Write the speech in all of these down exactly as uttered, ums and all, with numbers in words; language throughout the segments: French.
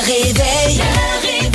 réveil. Le réveil.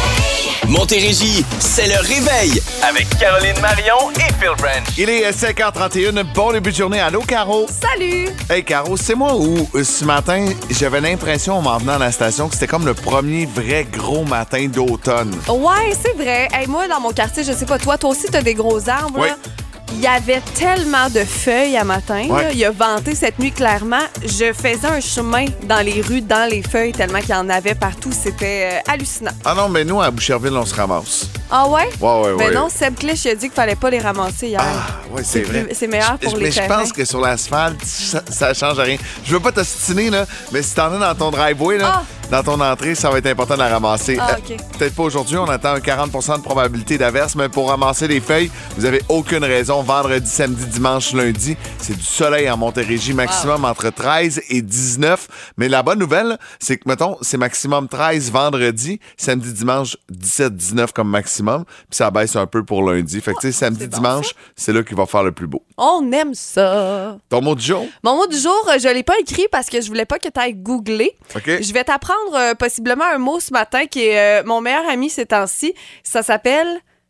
Montérégie, c'est le réveil avec Caroline Marion et Phil Branch. Il est cinq heures trente et une. Bon début de journée. Allô, Caro? Salut! Hey, Caro, c'est moi où ce matin, j'avais l'impression en m'en venant à la station que c'était comme le premier vrai gros matin d'automne. Ouais, c'est vrai. Hey, moi, dans mon quartier, je sais pas, toi, toi aussi, t'as des gros arbres. Oui. Là. Il y avait tellement de feuilles à matin. Ouais. Là. Il a venté cette nuit, clairement. Je faisais un chemin dans les rues, dans les feuilles, tellement qu'il y en avait partout. C'était euh, hallucinant. Ah non, mais nous, à Boucherville, on se ramasse. Ah ouais? Ouais, ouais, Mais ouais. non, Seb Clich, il a dit qu'il fallait pas les ramasser hier. Ah, ouais, c'est, C'est vrai. plus- c'est meilleur pour Je- les Mais je terrains. pense que sur l'asphalte, ça, ça change rien. Je veux pas t'ostiner, là, mais si t'en as dans ton driveway, là, Ah. dans ton entrée, ça va être important de la ramasser. Ah, Euh, OK. peut-être pas aujourd'hui, on attend un quarante pour cent de probabilité d'averse, mais pour ramasser les feuilles, vous avez aucune raison. Vendredi, samedi, dimanche, lundi, c'est du soleil en Montérégie, maximum entre treize et dix-neuf. Mais la bonne nouvelle, c'est que, mettons, c'est maximum treize vendredi, samedi, dimanche, dix-sept, dix-neuf comme maximum, puis ça baisse un peu pour lundi. Fait que, tu sais, samedi, c'est bon, dimanche, c'est là qu'il va faire le plus beau. On aime ça. Ton mot du jour? Mon mot du jour, euh, je l'ai pas écrit parce que je voulais pas que tu ailles googler. OK. Je vais t'apprendre euh, possiblement un mot ce matin qui est euh, mon meilleur ami ces temps-ci. Ça s'appelle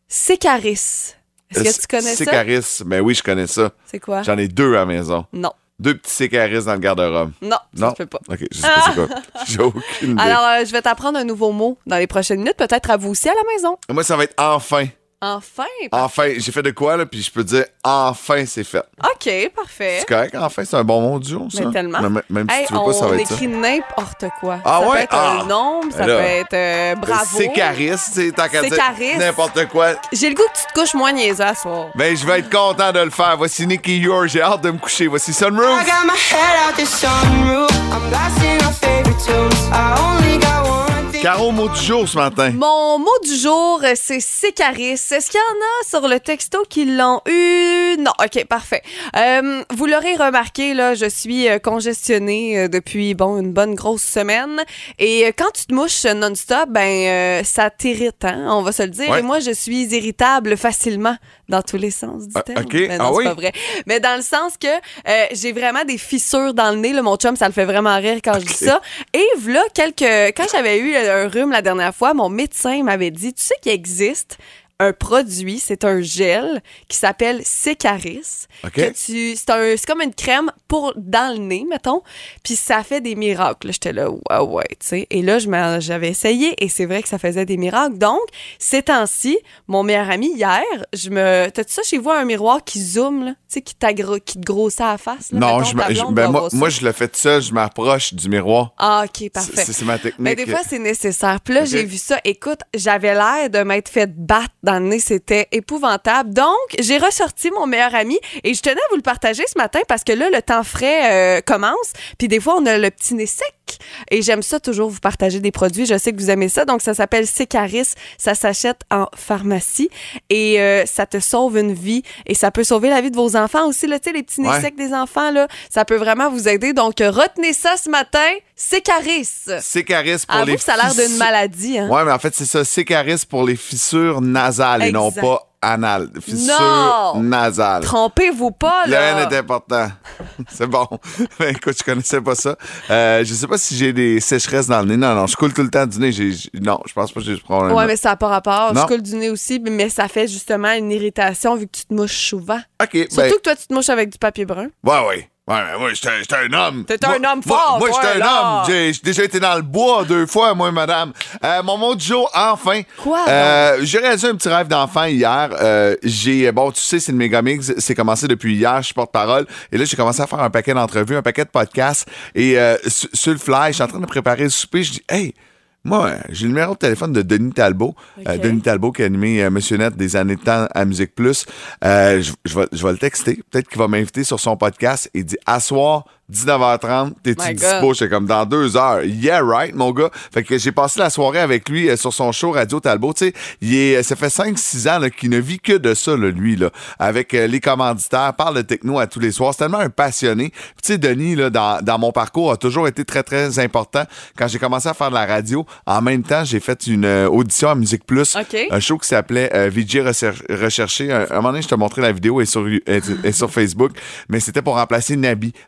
sécaris. Est-ce que tu connais ça? Sécaris. Ben oui, je connais ça. C'est quoi? J'en ai deux à la maison. Non. Deux petits sécaris dans le garde-robe. Non, ça Non? se fait pas. OK, je sais pas c'est quoi. J'ai aucune idée. Alors, euh, je vais t'apprendre un nouveau mot dans les prochaines minutes, peut-être à vous aussi à la maison. Moi, ça va être enfin. Enfin. Enfin. J'ai fait de quoi, là? Puis je peux dire enfin, c'est fait. OK, parfait. C'est correct, enfin, c'est un bon mot du jour, ça. Mais tellement. Même, même si Hey, tu veux on pas, ça va être ça. écrit n'importe quoi. Ah ça ouais? peut être Ah. un nombre, ça Ben là. peut être euh, bravo. Sécaris, tu sais, tant qu'à dire Sécaris. n'importe quoi. J'ai le goût que tu te couches moins niaiseux à soir. Ben, je vais être content de le faire. Voici Nicky Yor, j'ai hâte de me coucher. Voici Sunroof. I got my head out the sunroof. I'm blasting our favorite tunes. I only got one thing. Caro, mot du jour ce matin. Mon mot du jour, euh, c'est sécaris. Est-ce qu'il y en a sur le texto qui l'ont eu? Non, OK, parfait. Euh, vous l'aurez remarqué, là, je suis euh, congestionnée euh, depuis, bon, une bonne grosse semaine. Et euh, quand tu te mouches non-stop, ben, euh, ça t'irrite, hein, on va se le dire. Ouais. Et moi, je suis irritable facilement dans tous les sens du Ah, terme. OK. Mais non, Ah c'est oui? pas vrai. Mais dans le sens que euh, j'ai vraiment des fissures dans le nez. Là, mon chum, ça le fait vraiment rire quand je dis ça. Et voilà, quelques... quand j'avais eu un rhume la dernière fois, mon médecin m'avait dit, tu sais qu'il existe un produit, c'est un gel qui s'appelle Sécaris. OK. Que tu, c'est, un, c'est comme une crème pour dans le nez, mettons. Puis ça fait des miracles. Là, j'étais là, ouais, ouais, tu sais. Et là, je m'en- j'avais essayé et c'est vrai que ça faisait des miracles. Donc, ces temps-ci, mon meilleur ami, hier, je me. T'as-tu ça chez vous, un miroir qui zoome, là? Tu sais, qui, t'agro- qui te grossit à la face? Là, Non, mettons, je, ta me- je- blonde ben, va moi, voir ça. moi, je le fais tout seul. Je m'approche du miroir. Ah, OK, parfait. C'est, c'est ma technique. Mais des fois, c'est nécessaire. Puis là, Ok. j'ai vu ça. Écoute, j'avais l'air de m'être fait battre dans le nez. C'était épouvantable. Donc, j'ai ressorti mon meilleur ami et je tenais à vous le partager ce matin parce que là, le temps frais euh, commence. Puis des fois, on a le petit nez sec. Et j'aime ça toujours vous partager des produits. Je sais que vous aimez ça. Donc, ça s'appelle Sécaris. Ça s'achète en pharmacie et euh, ça te sauve une vie. Et ça peut sauver la vie de vos enfants aussi. Là, tu sais, les petits nez Ouais. secs des enfants, là, ça peut vraiment vous aider. Donc, euh, retenez ça ce matin. Sécaris. Sécaris pour Avoue les que ça a l'air d'une fissures- maladie, hein? Ouais, mais en fait, c'est ça. Sécaris pour les fissures nasales et non Exact. pas anales. Fissures Non! nasales. Trompez-vous pas, Le là! N est important. C'est bon. Ben, écoute, je connaissais pas ça. Euh, je sais pas si j'ai des sécheresses dans le nez. Non, non, je coule tout le temps du nez. J'ai, j'ai- non, je pense pas que j'ai ce problème. Ouais, mais ça n'a pas rapport. Non. Je coule du nez aussi, mais ça fait justement une irritation vu que tu te mouches souvent. OK, ben, Surtout que toi, tu te mouches avec du papier brun. ouais, ouais. Ouais, mais moi, j'étais j'étais un homme. T'es Moi- un homme moi- fort, Moi, toi, j'étais un là. homme. J'ai j'ai déjà été dans le bois deux fois, moi, madame. Euh, mon mot du jour, enfin. Quoi, Euh, j'ai réalisé un petit rêve d'enfant hier. Euh, j'ai, bon, tu sais, c'est le Megamix. C'est commencé depuis hier. Je suis porte-parole. Et là, j'ai commencé à faire un paquet d'entrevues, un paquet de podcasts. Et euh, sur, sur le fly, je suis en train de préparer le souper. Je dis, hey, moi, j'ai le numéro de téléphone de Denis Talbot. Euh, Ok. Denis Talbot qui a animé euh, Monsieur Net des années de temps à Musique Plus. Euh, je, je, vais, je vais le texter. Peut-être qu'il va m'inviter sur son podcast. Il dit, à soir, dix-neuf heures trente, t'es-tu My dispo? God. J'étais comme dans deux heures. Yeah, right, mon gars. Fait que j'ai passé la soirée avec lui euh, sur son show Radio Talbot. Tu sais, il est, ça fait cinq six ans là, qu'il ne vit que de ça, là, lui, là, avec euh, les commanditaires, parle de techno à tous les soirs. C'est tellement un passionné. Puis, tu sais, Denis, là, dans, dans mon parcours, a toujours été très, très important. Quand j'ai commencé à faire de la radio, en même temps, j'ai fait une euh, audition à Musique Plus. OK. Un show qui s'appelait euh, V J Recher- Recherché. Un, un moment donné, je te montrais la vidéo et sur, est, est sur Facebook, mais c'était pour remplacer Nabi. Donc, c'est vraiment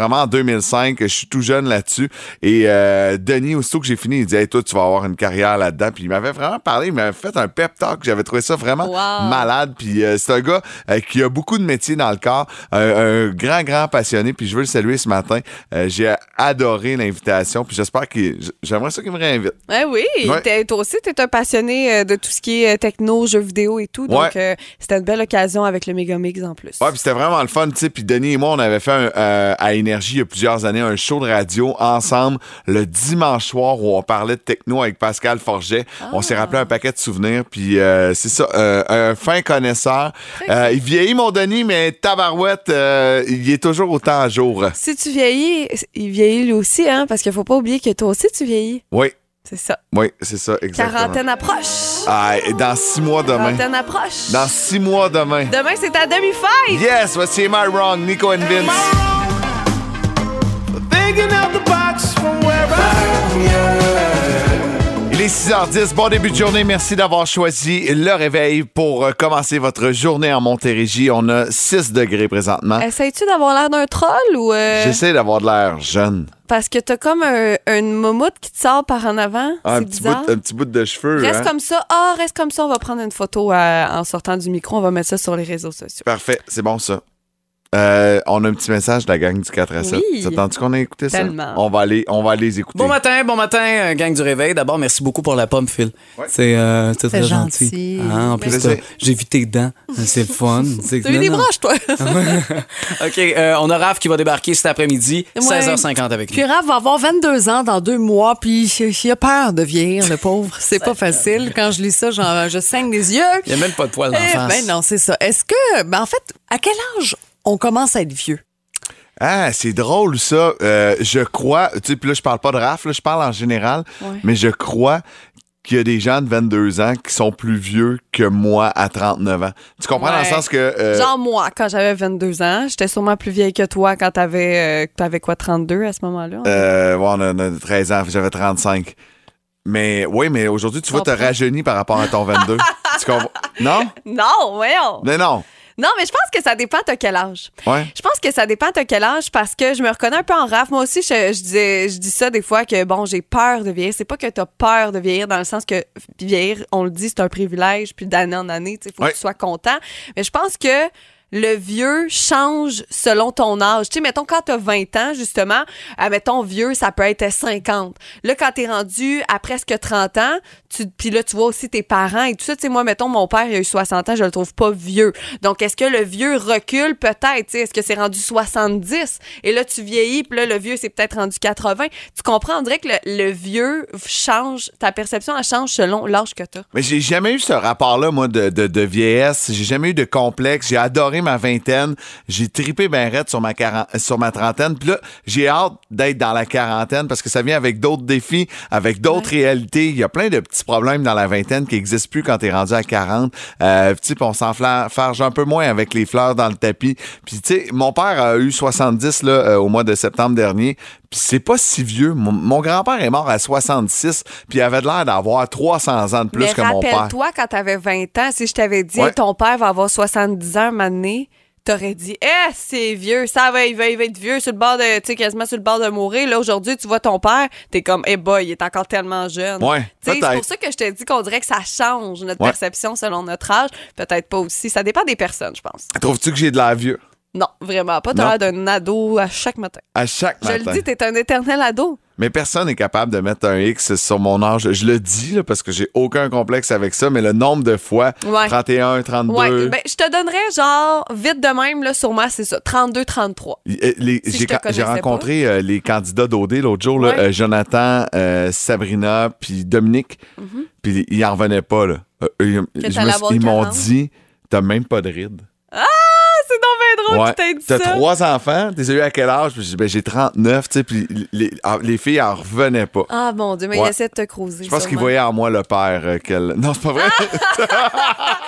vraiment en deux mille cinq. Je suis tout jeune là-dessus. Et euh, Denis, aussitôt que j'ai fini, il dit « Hey, toi, tu vas avoir une carrière là-dedans. » Puis il m'avait vraiment parlé, il m'avait fait un pep talk. J'avais trouvé ça vraiment Wow. malade. Puis euh, c'est un gars euh, qui a beaucoup de métiers dans le corps, un, un grand, grand passionné. Puis je veux le saluer ce matin. Euh, j'ai adoré l'invitation. Puis j'espère qu'il... J'aimerais ça qu'il me réinvite. Eh oui, Ouais. t'es- toi aussi, tu es un passionné euh, de tout ce qui est euh, techno, jeux vidéo et tout. Donc, Ouais. euh, c'était une belle occasion avec le Megamix en plus. Ouais, puis c'était vraiment le fun, tu sais. Puis Denis et moi, on avait fait un, euh, à Énergie il y a plusieurs années un show de radio ensemble le dimanche soir où on parlait de techno avec Pascal Forget. Ah. On s'est rappelé un paquet de souvenirs. Puis euh, c'est ça, euh, un fin connaisseur. Euh, il vieillit, mon Denis, mais tabarouette, euh, il est toujours autant à jour. Si tu vieillis, il vieillit lui aussi, hein, parce qu'il faut pas oublier que toi aussi, tu vieillis. Oui, C'est ça. oui, c'est ça, exactement. Quarantaine approche. Ah, et dans six mois demain. Quarantaine approche. Dans six mois demain. Demain, c'est ta demi-fête. Yes, voici Am I Wrong, Nico and Vince. Thinking out the box from where Il est six heures dix, bon début de journée. Merci d'avoir choisi le réveil pour euh, commencer votre journée en Montérégie. On a six degrés présentement. Essayes-tu d'avoir l'air d'un troll ou... euh, J'essaie d'avoir de l'air jeune. Parce que t'as comme un, une moumoute qui te sort par en avant. Un C'est petit, bizarre. bout, un petit bout de cheveux. Reste hein? comme ça. Ah, reste comme ça. On va prendre une photo euh, en sortant du micro. On va mettre ça sur les réseaux sociaux. Parfait, c'est bon ça. Euh, on a un petit message de la gang du quatre à sept. Oui. Ça tente-tu qu'on a écouté ça? Tellement. On va aller, on va aller les écouter. Bon matin, bon matin, euh, gang du réveil. D'abord, merci beaucoup pour la pomme, Phil. Ouais. C'est euh, c'est très C'est gentil. gentil. Hein, en plus, Plaisir. t'as- j'ai vu tes dents. C'est le fun. C'est- T'as eu non, des non. broches, toi. OK, euh, on a Raph qui va débarquer cet après-midi, Ouais. seize heures cinquante avec Puis nous. Raph va avoir vingt-deux ans dans deux mois, puis il a peur de vieillir, le pauvre. C'est pas facile. Quand je lis ça, j'en- je saigne des yeux. Il n'y a même pas de poils d'en Eh face. ben non, c'est ça. Est-ce que, ben en fait, à quel âge on commence à être vieux? Ah, c'est drôle ça. Euh, je crois, tu sais, puis là, je parle pas de Raph, là, je parle en général, Ouais. mais je crois qu'il y a des gens de vingt-deux ans qui sont plus vieux que moi à trente-neuf ans. Tu comprends dans le Ouais. sens que... euh, Genre moi, quand j'avais vingt-deux ans, j'étais sûrement plus vieille que toi quand t'avais, euh, t'avais quoi, trente-deux à ce moment-là? Euh, ouais, on a, on a treize ans, j'avais trente-cinq. Mais oui, mais aujourd'hui, tu vois, t'as Comprends. rajeuni par rapport à ton vingt-deux. Tu comprends? Non? Non, voyons. Mais non. Non, mais je pense que ça dépend de quel âge. Ouais. Je pense que ça dépend de quel âge parce que je me reconnais un peu en Raph. Moi aussi, je, je, disais, je dis ça des fois que, bon, j'ai peur de vieillir. C'est pas que t'as peur de vieillir dans le sens que vieillir, on le dit, c'est un privilège, puis d'année en année, il faut Ouais. que tu sois content. Mais je pense que le vieux change selon ton âge. Tu sais, mettons, quand t'as vingt ans, justement, euh, mettons, vieux, ça peut être cinquante. Là, quand t'es rendu à presque trente ans, tu, puis là, tu vois aussi tes parents et tout ça. Tu sais, moi, mettons, mon père, il a eu soixante ans, je le trouve pas vieux. Donc, est-ce que le vieux recule? Peut-être. Tu sais, est-ce que c'est rendu soixante-dix? Et là, tu vieillis, puis là, le vieux, c'est peut-être rendu quatre-vingts. Tu comprends? On dirait que le, le vieux change, ta perception, elle change selon l'âge que t'as. Mais j'ai jamais eu ce rapport-là, moi, de, de, de vieillesse. J'ai jamais eu de complexe. J'ai adoré ma vingtaine. J'ai tripé ben raide sur ma, quaran- sur ma trentaine. Puis là, j'ai hâte d'être dans la quarantaine parce que ça vient avec d'autres défis, avec d'autres réalités. Il y a plein de petits problèmes dans la vingtaine qui n'existent plus quand t'es rendu à quarante. Euh, tu sais, puis on s'enfarge un peu moins avec les fleurs dans le tapis. Puis tu sais, mon père a eu soixante-dix là, euh, au mois de septembre dernier. Puis c'est pas si vieux. Mon, mon grand-père est mort à soixante-six, puis il avait l'air d'avoir trois cents ans de plus Mais que mon père. rappelle-toi, quand t'avais vingt ans, si je t'avais dit, Ouais. hey, ton père va avoir soixante-dix ans un moment donné, t'aurais dit, eh, c'est vieux, ça va, il va, il va être vieux sur le bord de, tu sais, quasiment sur le bord de mourir. Là, aujourd'hui, tu vois ton père, t'es comme, eh boy, il est encore tellement jeune. Ouais, Tu sais, c'est peut-être. pour ça que je te dis qu'on dirait que ça change notre Ouais. perception selon notre âge. Peut-être pas aussi. Ça dépend des personnes, je pense. Trouves-tu que j'ai de l'air vieux? Non, vraiment pas. T'as Non. l'air d'un ado à chaque matin. À chaque Je matin. le dis, t'es un éternel ado. Mais personne n'est capable de mettre un X sur mon âge. Je le dis là, parce que j'ai aucun complexe avec ça, mais le nombre de fois, Ouais. trente et un, trente-deux, Ouais, ben, je te donnerais genre, vite de même, là, sur moi, c'est ça, trente-deux, trente-trois. euh, les- Si je j'ai, te ca- j'ai connaissais rencontré euh, les candidats d'O D l'autre jour, là, Ouais. euh, Jonathan, euh, Sabrina, puis Dominique, puis ils en revenaient pas. Là. Euh, ils, Que je t'allais me- avoir ils m'ont quarante. dit, t'as même pas de rides. C'est donc bien drôle Ouais. que t'aies dit T'as ça. trois enfants, t'es eu à quel âge? Puis j'ai dit, ben, j'ai trente-neuf, tu sais, puis les, ah, les filles en revenaient pas. Ah mon Dieu, mais Ouais. il essaie de te croiser. Je pense qu'ils sûrement. voyaient en moi le père. euh, qu'elle... Non, c'est pas vrai. Moi, je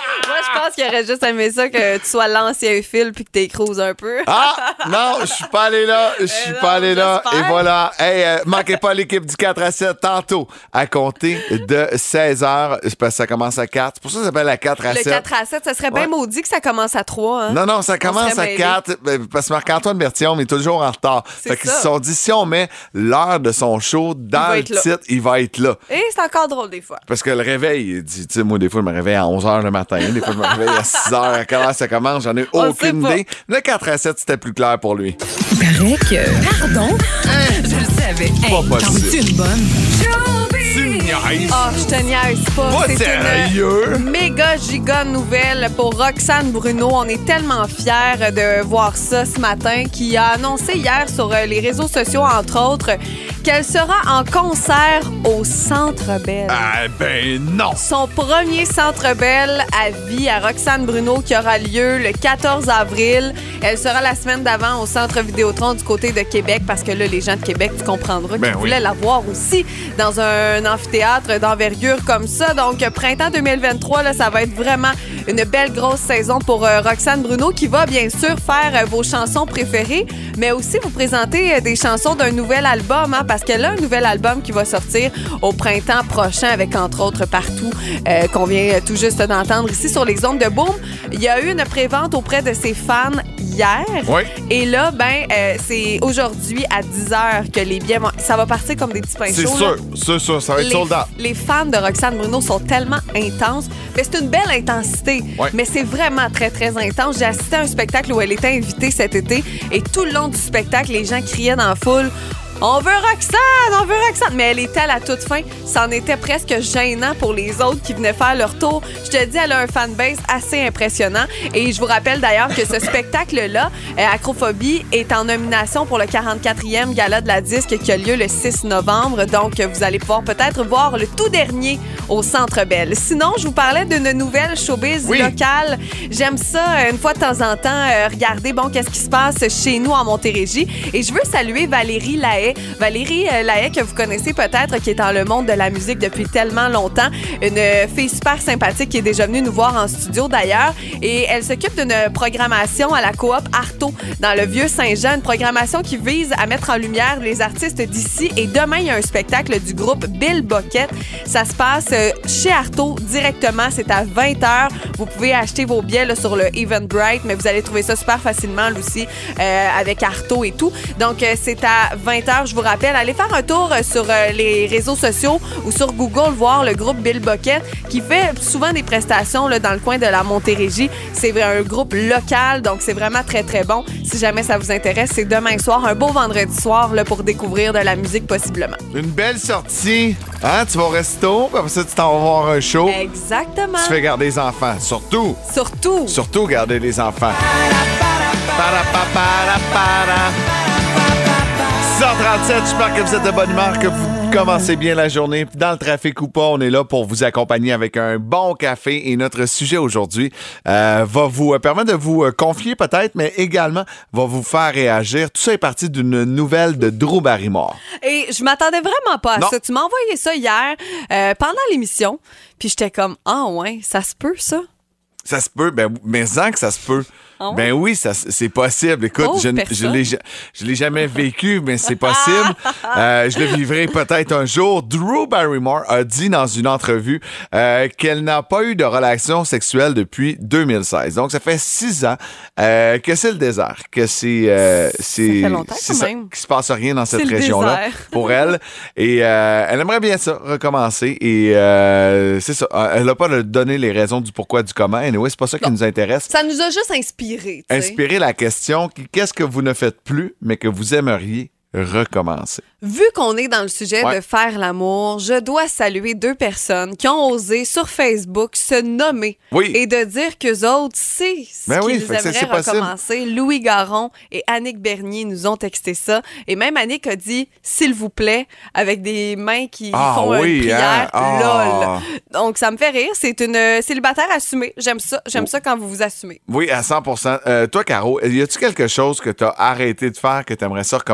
Je pense qu'il aurait juste aimé ça que tu sois l'ancien Phil puis que t'écrouses un peu. Ah, non, je suis pas allé là. Je suis Euh, pas non, allé là. j'espère. Et voilà. Hey, euh, manquez pas l'équipe du quatre à sept tantôt, à compter de seize heures. C'est parce que ça commence à quatre. C'est pour ça que ça s'appelle la quatre à Le sept. quatre à sept, ça serait bien Ouais. maudit que ça commence à trois. Hein? Non, non, ça commence serait à mêlés. quatre. ben, Parce que Marc-Antoine Bertillon est toujours en retard. C'est Fait qu'ils ça. se sont dit, si on met l'heure de son show dans va le être là. titre, il va être là. Et c'est encore drôle des fois. Parce que le réveil, il dit, tu sais, moi, des fois, je me réveille à onze heures le matin. Des fois, je me réveille à six heures. À quelle heure ça commence? J'en ai On aucune sait pas. idée. Le quatre à sept, c'était plus clair pour lui. Paraît que. Pardon? Je le savais. Hey, Pas possible. t'en veux-tu une bonne? Tu niaises. Ah, je te niaise pas. Pas C'est sérieux? une méga giga nouvelle pour Roxane Bruno. On est tellement fiers de voir ça ce matin, qui a annoncé hier sur les réseaux sociaux, entre autres, qu'elle sera en concert au Centre Bell. Ah, ben non. Son premier Centre Bell à vie à Roxane Bruno qui aura lieu le quatorze avril. Elle sera la semaine d'avant au Centre Vidéotron du côté de Québec parce que là, les gens de Québec, tu comprendras Ben qu'ils oui. voulaient la voir aussi dans un amphithéâtre d'envergure comme ça. Donc, printemps deux mille vingt-trois, là, ça va être vraiment une belle grosse saison pour euh, Roxane Bruno qui va bien sûr faire euh, vos chansons préférées, mais aussi vous présenter euh, des chansons d'un nouvel album, hein, parce qu'elle a un nouvel album qui va sortir au printemps prochain avec entre autres Partout euh, qu'on vient tout juste d'entendre ici sur les ondes de Boom. Il y a eu une prévente auprès de ses fans hier. Oui. Et là, ben, euh, c'est aujourd'hui à dix heures que les billets vont... Ça va partir comme des petits pains C'est chauds. sûr, là. c'est sûr, ça va être Les, sold out. les fans de Roxane Bruno sont tellement intenses. Mais c'est une belle intensité. Ouais. Mais c'est vraiment très, très intense. J'ai assisté à un spectacle où elle était invitée cet été et tout le long du spectacle, les gens criaient dans la foule. On veut Roxane! On veut Roxane! Mais elle était à la toute fin. C'en était presque gênant pour les autres qui venaient faire leur tour. Je te dis, elle a un fanbase assez impressionnant. Et je vous rappelle d'ailleurs que ce spectacle-là, euh, Acrophobie, est en nomination pour le quarante-quatrième Gala de la disque qui a lieu le six novembre. Donc, vous allez pouvoir peut-être voir le tout dernier au Centre Bell. Sinon, je vous parlais d'une nouvelle showbiz Oui. locale. J'aime ça, euh, une fois de temps en temps, euh, regarder, bon, qu'est-ce qui se passe chez nous en Montérégie. Et je veux saluer Valérie Lahaye. Valérie euh, Lahaye, que vous connaissez peut-être, qui est dans le monde de la musique depuis tellement longtemps. Une euh, fille super sympathique qui est déjà venue nous voir en studio d'ailleurs. Et elle s'occupe d'une programmation à la coop Arto dans le Vieux-Saint-Jean. Une programmation qui vise à mettre en lumière les artistes d'ici. Et demain, il y a un spectacle du groupe Bill Bucket. Ça se passe euh, chez Arto directement. C'est à vingt heures. Vous pouvez acheter vos billets là, sur le Eventbrite, mais vous allez trouver ça super facilement, là aussi, euh, avec Arto et tout. Donc, euh, c'est à vingt heures. Je vous rappelle, allez faire un tour sur euh, les réseaux sociaux ou sur Google, voir le groupe Bill Bucket qui fait souvent des prestations là, dans le coin de la Montérégie. C'est un groupe local, donc c'est vraiment très, très bon. Si jamais ça vous intéresse, c'est demain soir, un beau vendredi soir là, pour découvrir de la musique possiblement. Une belle sortie. Hein, tu vas au resto, puis après ça, tu t'en vas voir un show. Exactement. Tu fais garder les enfants. Surtout, Surtout. surtout garder les enfants. Para, pa, para, para. six heures trente-sept, j'espère que vous êtes de bonne humeur, que vous commencez bien la journée. Dans le trafic ou pas, on est là pour vous accompagner avec un bon café. Et notre sujet aujourd'hui euh, va vous permettre de vous confier peut-être, mais également va vous faire réagir. Tout ça est parti d'une nouvelle de Drew Barrymore. Et je m'attendais vraiment pas à Non. ça. Tu m'as envoyé ça hier euh, pendant l'émission, puis j'étais comme « Ah ouais, ça se peut ça? » Ça se peut, ben, mais sans que ça se peut. Ah ouais? Ben oui, ça, c'est possible. Écoute, Pauvre je, je personne. l'ai, je l'ai jamais vécu, mais c'est possible. Euh, je le vivrai peut-être un jour. Drew Barrymore a dit dans une entrevue euh, qu'elle n'a pas eu de relation sexuelle depuis deux mille seize. Donc, ça fait six ans euh, que c'est le désert, que c'est... Euh, c'est fait longtemps, c'est quand ça, même. qu'il se passe rien dans cette C'est le région-là désert. pour elle. Et euh, elle aimerait bien ça, recommencer. Et euh, c'est ça. Elle n'a pas donné les raisons du pourquoi, du comment. Anyway, c'est pas ça qui Non. nous intéresse. Ça nous a juste inspiré. tu sais. Inspirer la question, qu'est-ce que vous ne faites plus, mais que vous aimeriez recommencer? Vu qu'on est dans le sujet Ouais. de faire l'amour, je dois saluer deux personnes qui ont osé sur Facebook se nommer Oui. et de dire qu'eux autres, c'est ce Ben oui, qu'ils fait que c'est- aimeraient c'est possible. recommencer. Louis Garon et Annick Bernier nous ont texté ça. Et même Annick a dit « S'il vous plaît » avec des mains qui Ah font oui, une prière. hein? Ah. Lol. Donc, ça me fait rire. C'est une euh, célibataire assumée. J'aime ça. J'aime ça quand vous vous assumez. Oui, à cent pour cent. Euh, toi, Caro, y a-tu quelque chose que tu as arrêté de faire que tu aimerais ça recommencer? Parce que moi,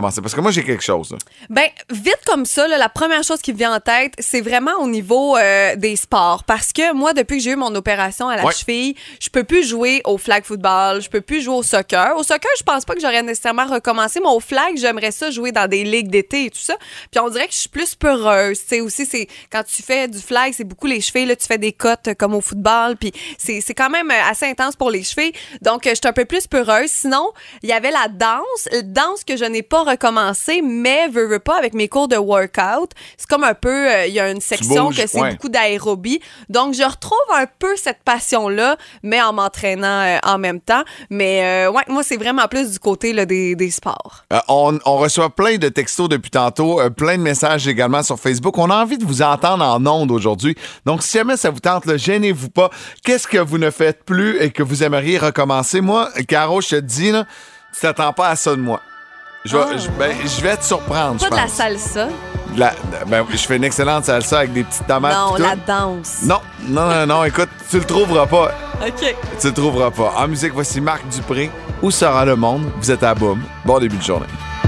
moi, j'ai quelque chose. Là. Ben, vite comme ça, là, la première chose qui me vient en tête, c'est vraiment au niveau euh, des sports. Parce que moi, depuis que j'ai eu mon opération à la ouais. cheville, je peux plus jouer au flag football, je peux plus jouer au soccer. Au soccer, je pense pas que j'aurais nécessairement recommencé, mais au flag, j'aimerais ça jouer dans des ligues d'été et tout ça. Puis on dirait que je suis plus peureuse. Tu sais, aussi, c'est quand tu fais du flag, c'est beaucoup les chevilles, là, tu fais des cotes comme au football, puis c'est, c'est quand même assez intense pour les chevilles. Donc, je suis un peu plus peureuse. Sinon, il y avait la danse, danse que je n'ai pas recommencé, mais veux, veux pas, avec mes cours de workout, c'est comme un peu, il euh, y a une section bouges, que c'est ouais. beaucoup d'aérobie. Donc, je retrouve un peu cette passion-là, mais en m'entraînant euh, en même temps. Mais euh, ouais, moi, c'est vraiment plus du côté là, des, des sports. Euh, on, on reçoit plein de textos depuis tantôt, euh, plein de messages également sur Facebook. On a envie de vous entendre en ondes aujourd'hui. Donc, si jamais ça vous tente, là, gênez-vous pas. Qu'est-ce que vous ne faites plus et que vous aimeriez recommencer? Moi, Caro, je te dis, là, tu t'attends pas à ça de moi. Je vais, Ah, je, ben, je vais te surprendre, Pas je de la pense. salsa. De la- ben, je fais une excellente salsa avec des petites tomates. Non, pis tout. la danse. Non, non, non, non, écoute, tu le trouveras pas. OK. Tu le trouveras pas. En musique, voici Marc Dupré. Où sera le monde? Vous êtes à Boom. Bon début de journée.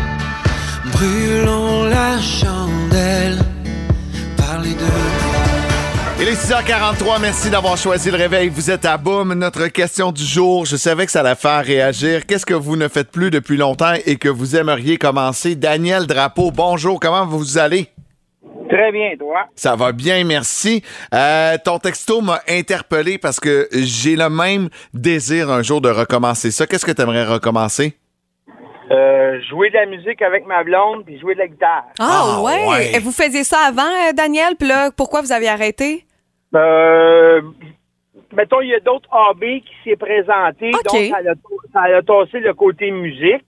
Brûlons la chandelle, parlez de... Il est six heures quarante-trois, merci d'avoir choisi le réveil. Vous êtes à Boom. Notre question du jour, je savais que ça allait faire réagir. Qu'est-ce que vous ne faites plus depuis longtemps et que vous aimeriez commencer? Daniel Drapeau, bonjour, comment vous allez? Très bien, toi. Ça va bien, merci. Euh, ton texto m'a interpellé parce que j'ai le même désir un jour de recommencer ça. Qu'est-ce que tu aimerais recommencer? Euh, jouer de la musique avec ma blonde puis jouer de la guitare. Ah, Ah, ouais. ouais. Et vous faisiez ça avant, euh, Daniel? Puis là, pourquoi vous avez arrêté? Euh, mettons, il y a d'autres hobbies qui s'est présenté, OK. donc ça a, ça a tassé le côté musique.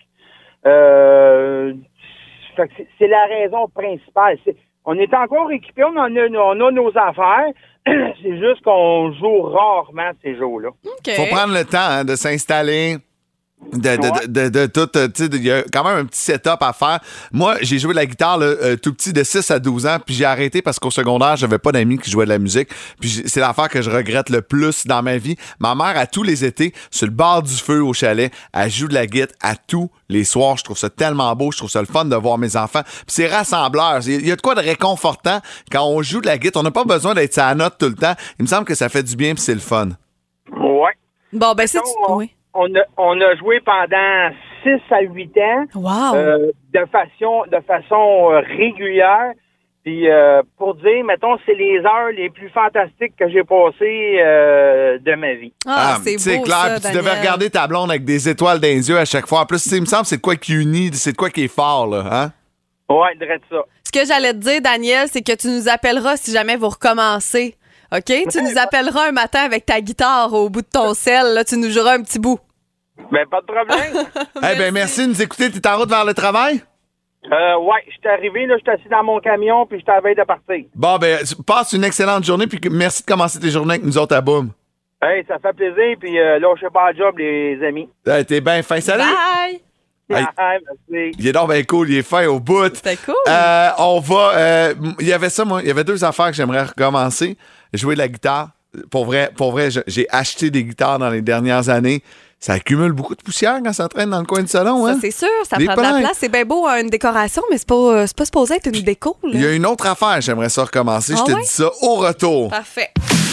Euh, fait que c'est, c'est la raison principale. C'est, on est encore équipés, on, en a, on a nos affaires. C'est juste qu'on joue rarement ces jours-là. OK. Faut prendre le temps hein, de s'installer. De, de, de, de, de tout, tu sais, il y a quand même un petit setup à faire. Moi, j'ai joué de la guitare là, euh, tout petit de six à douze ans, puis j'ai arrêté parce qu'au secondaire, j'avais pas d'amis qui jouaient de la musique. Puis j'ai- c'est l'affaire que je regrette le plus dans ma vie. Ma mère, à tous les étés, sur le bord du feu au chalet, elle joue de la guitare à tous les soirs. Je trouve ça tellement beau, je trouve ça le fun de voir mes enfants. Puis c'est rassembleur. Il y a de quoi de réconfortant quand on joue de la guitare. On n'a pas besoin d'être sa note tout le temps. Il me semble que ça fait du bien, puis c'est le fun. Ouais. Bon, ben, c'est... Mettons, on, Oui. on, a, on a joué pendant six à huit ans. Wow. Euh, de façon de façon euh, régulière. Puis euh, pour dire, mettons, c'est les heures les plus fantastiques que j'ai passées euh, de ma vie. Ah, c'est c'est beau, clair. ça, Puis tu Daniel. devais regarder ta blonde avec des étoiles dans les yeux à chaque fois. En plus, tu sais, il me semble que c'est de quoi qui unit, c'est de quoi qui est fort, là, hein? Ouais, drette ça. Ce que j'allais te dire, Daniel, c'est que tu nous appelleras si jamais vous recommencez. OK? Tu nous appelleras un matin avec ta guitare au bout de ton sel. Là, tu nous joueras un petit bout. Ben, pas de problème. Eh ben merci de nous écouter. T'es en route vers le travail? euh, ouais, je suis arrivé, là, je suis assis dans mon camion, puis je suis à la veille de partir. Bon, ben, passe une excellente journée, puis que- merci de commencer tes journées avec nous autres à Boom. Hey, ça fait plaisir, puis euh, lâchez pas le job, les amis. Hey, t'es bien fin. Salut! Bye! Hey. Ah, merci. Il est donc bien cool, il est fin au bout. C'était cool. Euh, on va. euh, Il y avait ça, moi. Il y avait deux affaires que j'aimerais recommencer. Jouer de la guitare. Pour vrai, pour vrai, je- j'ai acheté des guitares dans les dernières années. Ça accumule beaucoup de poussière quand ça traîne dans le coin du salon, hein? Ça, c'est sûr, ça Des prend de la pains. place. C'est bien beau, hein, une décoration, mais c'est pas, euh, c'est pas supposé être une déco. Là. Il y a une autre affaire, j'aimerais ça recommencer. Ah Je te ouais? dis ça au retour. Parfait.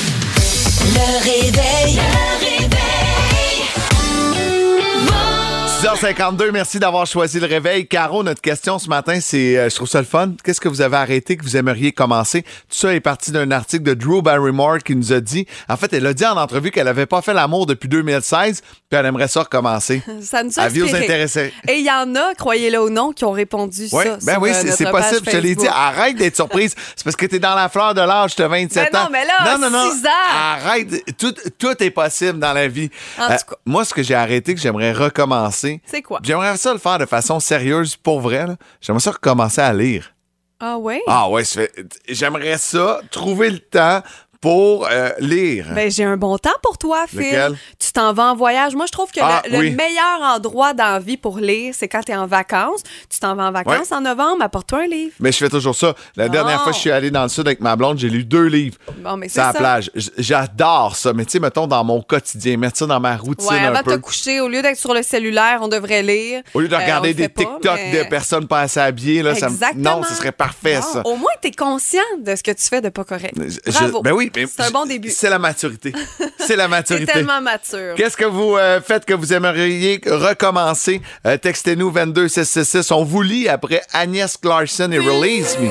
Le réveil. Le réveil. six heures cinquante-deux, merci d'avoir choisi le réveil. Caro, notre question ce matin, c'est, euh, je trouve ça le fun. Qu'est-ce que vous avez arrêté, que vous aimeriez commencer? Tout ça est parti d'un article de Drew Barrymore qui nous a dit, en fait, elle a dit en entrevue qu'elle n'avait pas fait l'amour depuis deux mille seize, puis elle aimerait ça recommencer. Ça nous a Avis aux inspiré. intéressés. Et il y en a, croyez-le ou non, qui ont répondu Oui, ça. ben sur, oui, euh, c'est, notre c'est page possible. Je te l'ai dit, Facebook. arrête d'être surprise. C'est parce que t'es dans la fleur de l'âge, t'as vingt-sept Ben non, ans. mais là, non, non, non. six ans. Arrête. Tout, tout est possible dans la vie. En tout cas. moi, ce que j'ai arrêté, que j'aimerais recommencer, C'est quoi? j'aimerais ça le faire de façon sérieuse pour vrai. là. J'aimerais ça recommencer à lire. Ah ouais? Ah ouais, ça fait- j'aimerais ça, trouver le temps pour euh, lire. Ben, j'ai un bon temps pour toi, Phil. Lequel? Tu t'en vas en voyage. Moi, je trouve que Ah, le, le oui. meilleur endroit dans la vie pour lire, c'est quand tu es en vacances. Tu t'en vas en vacances Ouais. en novembre, apporte-toi un livre. Mais je fais toujours ça. La dernière Oh. fois que je suis allé dans le sud avec ma blonde, j'ai lu deux livres. Bon, mais c'est C'est à la ça. plage. J- J'adore ça. Mais tu sais, mettons, dans mon quotidien, mettre ça dans ma routine Ouais, un avant de peu. te coucher, au lieu d'être sur le cellulaire, on devrait lire. Au lieu de Euh, regarder on le des fait pas, TikTok mais- de personnes pas assez habillées, là, ça me- Exactement. non, ce serait parfait, Non, ça. Au moins, tu es conscient de ce que tu fais de pas correct. Je- Bravo. ben oui, mais c'est un je- bon début. C'est la maturité. C'est la T'es maturité. tellement mature. Qu'est-ce que vous euh, faites que vous aimeriez recommencer? Euh, textez-nous vingt-deux six six six. On vous lit après Agnès Clarkson et Release Me.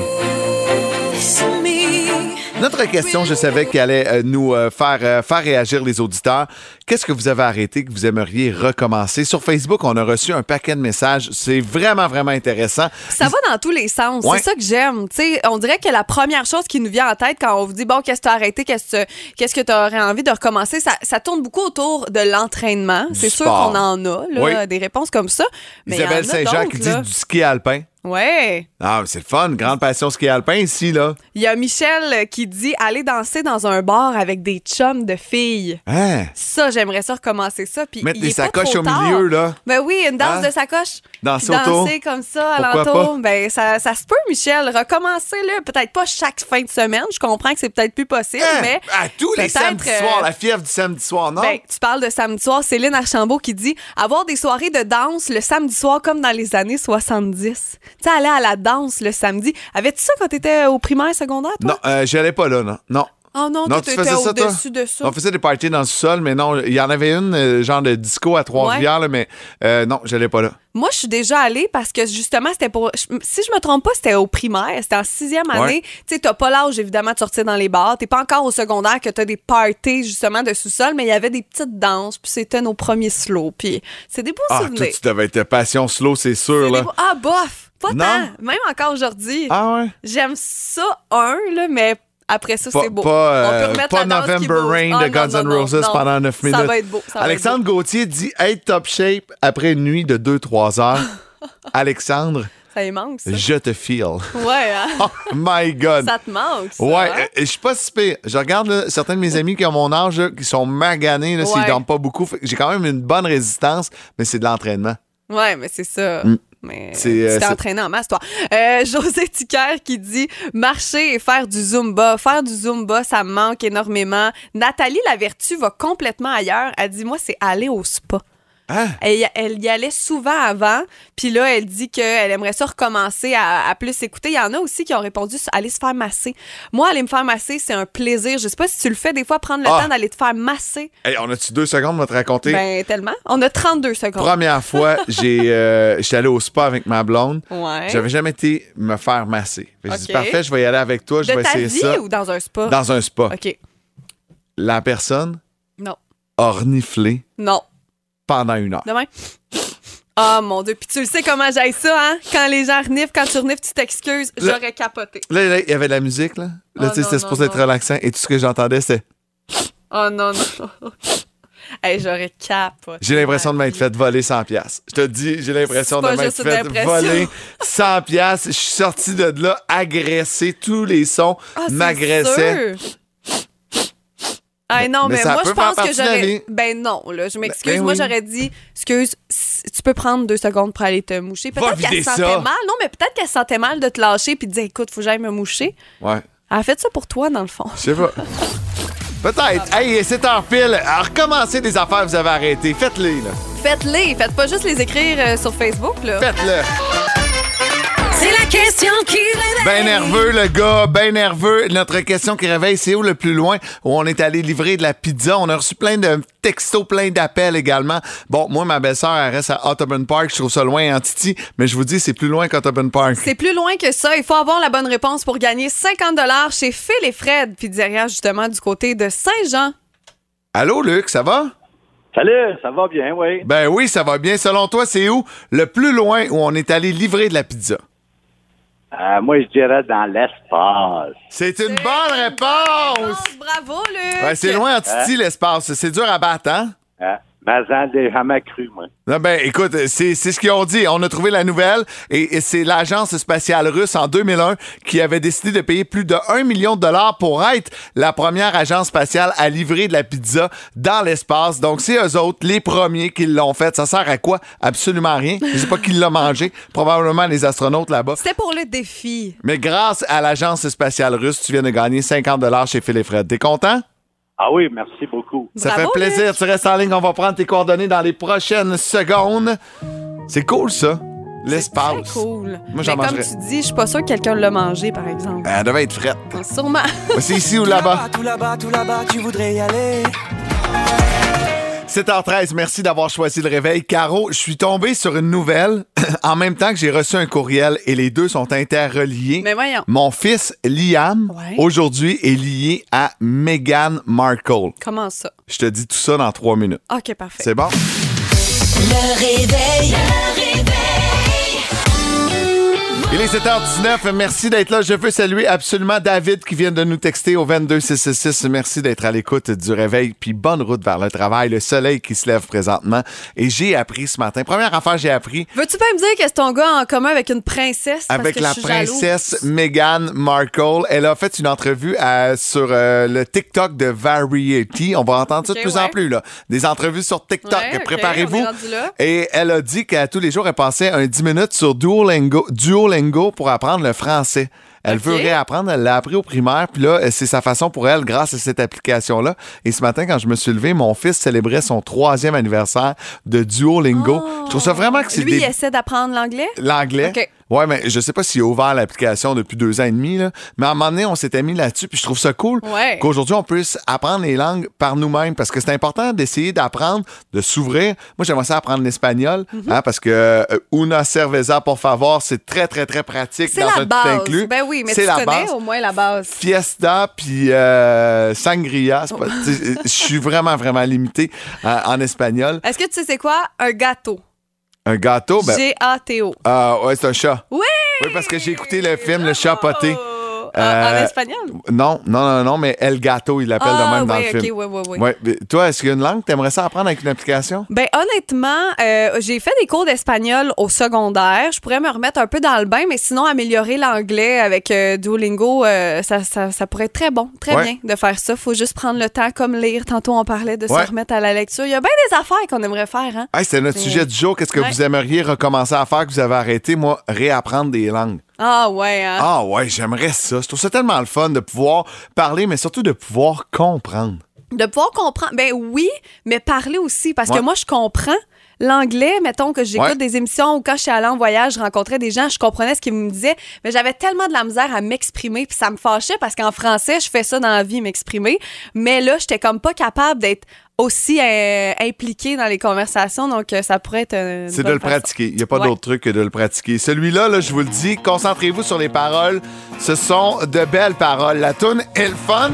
Notre question, je savais qu'elle allait euh, nous euh, faire, euh, faire réagir les auditeurs. Qu'est-ce que vous avez arrêté que vous aimeriez recommencer? Sur Facebook, on a reçu un paquet de messages. C'est vraiment, vraiment intéressant. Ça va dans tous les sens. Ouais. C'est ça que j'aime. Tu sais, on dirait que la première chose qui nous vient en tête quand on vous dit, bon, qu'est-ce que tu as arrêté, qu'est-ce que qu'est-ce que tu aurais envie de recommencer, ça, ça tourne beaucoup autour de l'entraînement. Du C'est sûr sport. qu'on en a, là, Oui. des réponses comme ça. Mais il y en Isabelle a Saint-Jean d'autres, qui dit là. du ski alpin. Ouais. Ah, mais c'est le fun. Grande passion ski alpin ici, là. Il y a Michel qui dit aller danser dans un bar avec des chums de filles. Hein? Ça, j'aimerais ça recommencer ça. Puis Mettre il des est pas sacoches trop au tard. milieu, là. Ben oui, une danse Hein? de sacoche. Danser Puis autour. danser comme ça, Pourquoi alentour. pas? Ben, ça, ça se peut, Michel. Recommencer-le. Peut-être pas chaque fin de semaine. Je comprends que c'est peut-être plus possible, Hein? mais. À tous les peut-être, samedis euh, soirs, la fièvre du samedi soir, non? Ben, tu parles de samedi soir. Céline Archambault qui dit avoir des soirées de danse le samedi soir comme dans les années soixante-dix. Tu sais, aller à la danse le samedi. Avais-tu ça quand t'étais au primaire, secondaire, toi? Non, euh, j'allais pas là, non. Non. Oh non, Non, toi, tu t'étais faisais ça, toi? au-dessus de ça. On faisait des parties dans le sol, mais non, il y en avait une, euh, genre de disco à Trois-Rivières, là, mais euh, non, j'allais pas là. Moi, je suis déjà allée parce que justement, c'était pour. je- Si je me trompe pas, c'était au primaire, c'était en sixième année. Ouais. Tu sais, t'as pas l'âge, évidemment, de sortir dans les bars. T'es pas encore au secondaire que t'as des parties, justement, de sous-sol, mais il y avait des petites danses, puis c'était nos premiers slow. Puis c'est des beaux Ah, toi, souvenirs. tu devais être passion slow, c'est sûr, C'est là. des beaux- Ah, bof! Pas Non. tant. Même encore aujourd'hui. Ah ouais? J'aime ça, un, là, mais après ça, Pas, c'est beau. pas, On euh, peut remettre pas la danse qui November bouge. Rain Ah, de non, Guns non, N' non, Roses non. pendant neuf minutes. Ça va être beau. Ça va Alexandre être beau. Gauthier dit être top shape après une nuit de deux trois heures. Alexandre, Ça y manque, ça. je te feel. Ouais, hein? Oh my God. Ça te manque, ça. Ouais, hein? euh, je suis pas si pire. Je regarde là, certains de mes amis qui ont mon âge, là, qui sont maganés, là, s'ils Ouais. dorment pas beaucoup. Fait que j'ai quand même une bonne résistance, mais c'est de l'entraînement. Ouais, mais c'est ça. Mm. Mais C'est, tu euh, t'es c'est- entraîné en masse, toi. Euh, José Ticker qui dit marcher et faire du Zumba. Faire du Zumba, ça me manque énormément. Nathalie Lavertu va complètement ailleurs. Elle dit, moi, c'est aller au spa. Hein? Elle, elle y allait souvent avant, puis là, elle dit qu'elle aimerait ça recommencer à, à plus écouter. Il y en a aussi qui ont répondu aller se faire masser. Moi, aller me faire masser, c'est un plaisir. Je sais pas si tu le fais des fois, prendre le Ah. temps d'aller te faire masser. Hey, on a-tu deux secondes pour te raconter? Ben, tellement. On a trente-deux secondes. Première fois, j'ai, euh, j'étais allé au spa avec ma blonde. Ouais. J'avais jamais été me faire masser. Fait que J'ai dit, Ok. parfait, je vais y aller avec toi, je De vais ta essayer vie ça. ou dans un spa? Dans un spa. OK. La personne Non. a reniflé Non. pendant une heure. Demain? Ah, mon Dieu. Puis tu le sais comment j'aille ça, hein? Quand les gens reniflent, quand tu renifles, tu t'excuses. Le- J'aurais capoté. Là, là, il y avait de la musique, là. Là, Oh tu sais, non, c'était non, supposé être non. relaxant. Et tout ce que j'entendais, c'était... Oh non, non. Hey, j'aurais capoté. J'ai l'impression de m'être fait voler cent piastres. Je te dis, j'ai l'impression C'est de pas m'être juste une fait impression. voler cent piastres. Je suis sorti de là agressé. Tous les sons Ah, c'est m'agressaient. sûr. Ah non, Mais mais, ça moi, peut je faire pense que partie de la j'aurais. vie. Ben non, là, je m'excuse. Ben moi, oui. j'aurais dit, excuse, s- tu peux prendre deux secondes pour aller te moucher. Va Peut-être vider qu'elle se sentait ça. mal. Non, mais peut-être qu'elle se sentait mal de te lâcher puis de dire, écoute, faut que j'aille me moucher. Ouais, Elle a fait ça pour toi, dans le fond. je sais pas. Peut-être. Hey, c'est heure pile. Alors, recommencez des affaires que vous avez arrêtées. Faites-les, là. Faites-les. Faites pas juste les écrire euh, sur Facebook, là. Faites-le. C'est la question qui réveille. Ben nerveux, le gars, ben nerveux. Notre question qui réveille, c'est où le plus loin où on est allé livrer de la pizza? On a reçu plein de textos, plein d'appels également. Bon, moi, ma belle-sœur, elle reste à Audubon Park. Je trouve ça loin en Titi, mais je vous dis, c'est plus loin qu'Audubon Park. C'est plus loin que ça. Il faut avoir la bonne réponse pour gagner cinquante dollars chez Phil et Fred, pizzeria, justement, du côté de Saint-Jean. Allô, Luc, ça va? Salut, ça va bien, oui. Ben oui, ça va bien. Selon toi, c'est où le plus loin où on est allé livrer de la pizza? Euh, moi, je dirais dans l'espace. C'est une bonne réponse! Bravo, Luc! Ouais, c'est loin en Titi, l'espace. C'est dur à battre, hein? Hein? Mais j'en ai jamais cru, moi. Non, ben, écoute, c'est, c'est ce qu'ils ont dit. On a trouvé la nouvelle et, et c'est l'agence spatiale russe en deux mille un qui avait décidé de payer plus de un million de dollars pour être la première agence spatiale à livrer de la pizza dans l'espace. Donc, c'est eux autres, les premiers qui l'ont fait. Ça sert à quoi? Absolument rien. Je sais pas qui l'a mangé. Probablement les astronautes là-bas. C'était pour le défi. Mais grâce à l'agence spatiale russe, tu viens de gagner cinquante dollars chez Phil et Fred. T'es content? Ah oui, merci beaucoup. Ça Bravo, fait plaisir. Luc. Tu restes en ligne. On va prendre tes coordonnées dans les prochaines secondes. C'est cool, ça. L'espace. C'est très cool. Moi, j'en Mais comme mangerais. tu dis, je suis pas sûre que quelqu'un l'a mangé, par exemple. Ben, elle devait être frette. Sûrement. C'est ici ou là-bas. Tout là-bas, tout là-bas, tu voudrais y aller. sept heures treize, merci d'avoir choisi le réveil. Caro, je suis tombé sur une nouvelle en même temps que j'ai reçu un courriel et les deux sont interreliés. Mais voyons. Mon fils, Liam, Ouais. aujourd'hui est lié à Meghan Markle. Comment ça? Je te dis tout ça dans trois minutes. OK, parfait. C'est bon? Le réveil. Le réveil. Il est sept heures dix-neuf. Merci d'être là. Je veux saluer absolument David qui vient de nous texter au vingt-deux six cent soixante-six. Merci d'être à l'écoute du réveil. Puis bonne route vers le travail. Le soleil qui se lève présentement. Et j'ai appris ce matin. Première affaire, j'ai appris Veux-tu pas me dire que c'est ton gars en commun avec une princesse? Parce avec que la je suis jaloux. princesse Meghan Markle. Elle a fait une entrevue à- sur euh, le TikTok de Variety. On va entendre ça de Ok, plus ouais. en plus. Là. Des entrevues sur TikTok. Ouais, ok, Préparez-vous. on est rendu là. Et elle a dit qu'à tous les jours, elle passait un dix minutes sur Duolingo, Duolingo pour apprendre le français. Elle Ok. veut réapprendre, elle l'a appris au primaire, puis là, c'est sa façon pour elle grâce à cette application-là. Et ce matin, quand je me suis levé, mon fils célébrait son troisième anniversaire de Duolingo. Je trouve ça vraiment que c'est Lui, des... il essaie d'apprendre l'anglais? L'anglais. OK. Ouais, mais je sais pas s'il a ouvert l'application depuis deux ans et demi, là. Mais à un moment donné, on s'était mis là-dessus, puis je trouve ça cool Ouais. qu'aujourd'hui, on puisse apprendre les langues par nous-mêmes, parce que c'est important d'essayer d'apprendre, de s'ouvrir. Moi, j'aimerais ça apprendre l'espagnol, Mm-hmm. hein, parce que euh, una cerveza, por favor, c'est très, très, très pratique C'est dans la un tout base. inclus. Ben oui, mais c'est tu la connais base. au moins la base. Fiesta puis euh, sangria, c'est pas- tu sais, je suis vraiment, vraiment limité euh, en espagnol. Est-ce que tu sais c'est quoi? Un gâteau. Un gâteau, ben... G A T O. Ah, ouais, c'est un chat. Oui! Oui, parce que j'ai écouté le film Le chat poté. Oh! En, Euh, en espagnol? Non, non, non, non, mais El Gato, il l'appelle Ah, de même dans oui, le ok, film. oui, oui, oui. Ouais, mais toi, est-ce qu'il y a une langue que tu aimerais ça apprendre avec une application? Ben honnêtement, euh, j'ai fait des cours d'espagnol au secondaire. Je pourrais me remettre un peu dans le bain, mais sinon améliorer l'anglais avec euh, Duolingo, euh, ça, ça, ça pourrait être très bon, très Ouais. bien de faire ça. Faut juste prendre le temps, comme lire. Tantôt on parlait de Ouais. se remettre à la lecture. Il y a bien des affaires qu'on aimerait faire, hein? Hey, c'était notre Mais- sujet du jour. Qu'est-ce que Ouais. vous aimeriez recommencer à faire que vous avez arrêté? Moi, réapprendre des langues. Ah ouais, hein? Ah ouais, j'aimerais ça. Je trouve ça tellement le fun de pouvoir parler, mais surtout de pouvoir comprendre. De pouvoir comprendre. Ben oui, mais parler aussi. Parce Ouais. que moi, je comprends l'anglais. Mettons que j'écoute Ouais. des émissions ou quand je suis allée en voyage, je rencontrais des gens, je comprenais ce qu'ils me disaient, mais j'avais tellement de la misère à m'exprimer. Puis ça me fâchait parce qu'en français, je fais ça dans la vie, m'exprimer. Mais là, j'étais comme pas capable d'être aussi euh, impliquée dans les conversations. Donc, euh, ça pourrait être. euh, une C'est de bonne le façon. pratiquer. Il n'y a pas Ouais. d'autre truc que de le pratiquer. Celui-là, là, je vous le dis, concentrez-vous sur les paroles. Ce sont de belles paroles. La toune est le fun.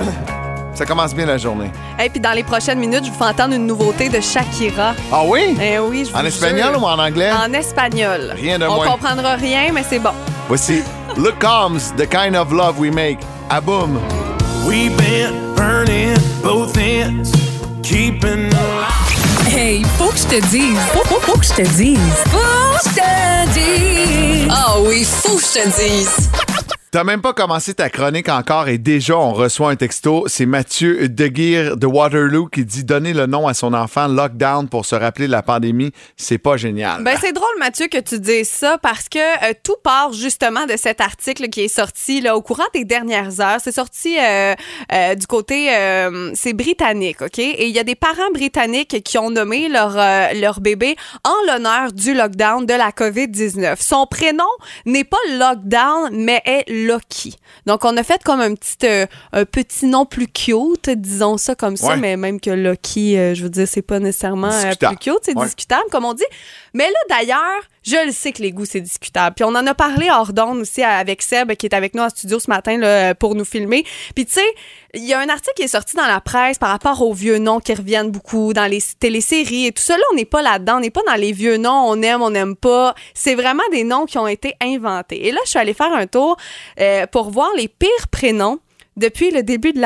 Ça commence bien la journée. Et puis dans les prochaines minutes, je vous fais entendre une nouveauté de Shakira. Ah oui? Eh oui, je vous En espagnol jure. ou en anglais? En espagnol. Rien de On moins. comprendra rien, mais c'est bon. Voici Look Comes, the kind of love we make. Ah boum! We've been burning both ends, keeping alive. Hey, faut que je te dise. Faut, faut, faut que je te dise. Faut que je te dise. Ah oui, faut que je te dise. T'as même pas commencé ta chronique encore et déjà on reçoit un texto. C'est Mathieu Deguire de Waterloo qui dit donner le nom à son enfant Lockdown pour se rappeler de la pandémie. C'est pas génial. Ben c'est drôle, Mathieu, que tu dises ça parce que euh, tout part justement de cet article qui est sorti là, au courant des dernières heures. C'est sorti euh, euh, du côté... euh, c'est britannique, OK? Et il y a des parents britanniques qui ont nommé leur, euh, leur bébé en l'honneur du lockdown de la covid dix-neuf. Son prénom n'est pas Lockdown, mais est Loki. Donc, on a fait comme un petit, euh, un petit nom plus cute, disons ça comme ça, Ouais. mais même que Loki, euh, je veux dire, c'est pas nécessairement euh, Discutable. plus cute, c'est Ouais. discutable, comme on dit. Mais là, d'ailleurs, je le sais que les goûts, c'est discutable. Puis on en a parlé hors d'onde aussi avec Seb, qui est avec nous en studio ce matin là, pour nous filmer. Puis tu sais, il y a un article qui est sorti dans la presse par rapport aux vieux noms qui reviennent beaucoup dans les téléséries et tout ça. Là, on n'est pas là-dedans. On n'est pas dans les vieux noms, on aime, on n'aime pas. C'est vraiment des noms qui ont été inventés. Et là, je suis allée faire un tour euh, pour voir les pires prénoms depuis le début de l'année.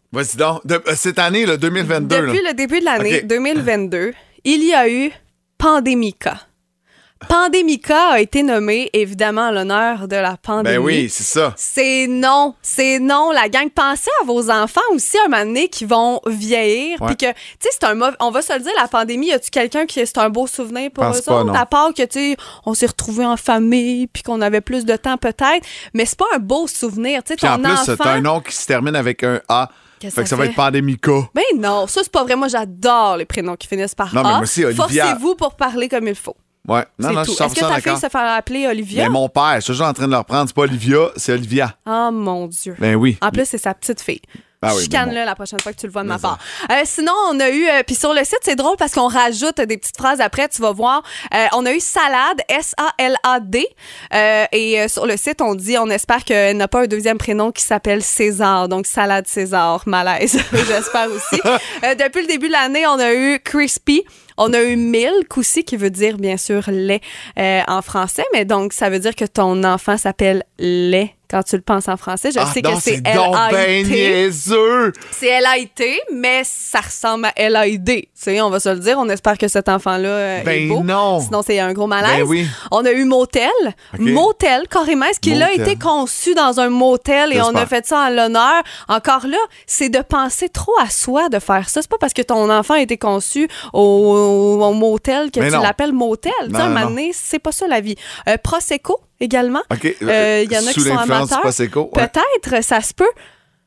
Vas-y donc. De, euh, cette année, le deux mille vingt-deux. Depuis là. le début de l'année OK. deux mille vingt-deux, il y a eu Pandémica. Pandémica a été nommé, évidemment, en l'honneur de la pandémie. Ben oui, c'est ça. C'est non, c'est non. La gang, pensez à vos enfants aussi, un moment donné, qui vont vieillir. Ouais. Puis que, tu sais, c'est un mauvais... On va se le dire, la pandémie, y a-tu quelqu'un qui... C'est un beau souvenir pour Pense eux pas, autres? non. À part que, tu sais, on s'est retrouvés en famille, puis qu'on avait plus de temps, peut-être. Mais c'est pas un beau souvenir. Tu sais, Puis ton en plus, enfant... t'as un nom qui se termine avec un A. Qu'est-ce Fait que que ça ça va fait? être Pandémica. Ben non, ça, c'est pas vrai. Moi, j'adore les prénoms qui finissent par Non, A. mais moi aussi, Olivia- Forcez-vous pour parler comme il faut. Ouais. Non, C'est non, tout. je suis Est-ce que cent pour cent ta fille d'accord. se fait appeler Olivia? Mais mon père, je suis toujours en train de le reprendre. C'est pas Olivia, c'est Olivia. Oh mon Dieu. Ben oui. En plus, c'est sa petite fille. Ah oui, Chicane-le ben bon. la prochaine fois que tu le vois de ma Mais part. Euh, sinon, on a eu... euh, Puis sur le site, c'est drôle parce qu'on rajoute des petites phrases après, tu vas voir. Euh, on a eu Salade, S A L A D. Euh, et euh, sur le site, on dit, on espère qu'elle n'a pas un deuxième prénom qui s'appelle César. Donc, Salade César, malaise. J'espère aussi. Euh, depuis le début de l'année, on a eu Crispy. On a eu Milk aussi, qui veut dire, bien sûr, lait euh, en français. Mais donc, ça veut dire que ton enfant s'appelle lait quand tu le penses en français. Je Ah sais non, que c'est c'est donc ben L A I T. niaiseux. C'est L A I T, mais ça ressemble à L A I D. Tu sais, on va se le dire. On espère que cet enfant-là euh, est Ben beau. non. Sinon, c'est un gros malaise. Ben oui. On a eu Motel. OK. Motel, carrément. Est-ce qu'il a Motel. été conçu dans un motel et on a J'espère. fait ça en l'honneur? Encore là, c'est de penser trop à soi de faire ça. C'est pas parce que ton enfant a été conçu au, au- au motel que Mais tu non. l'appelles motel. Tu sais, Non, un non, moment non. donné, c'est pas ça la vie. Euh, Prosecco également. OK. Euh, Il y en a Sous qui sont l'influence du amateurs. Prosecco, ouais. Peut-être, ça se peut.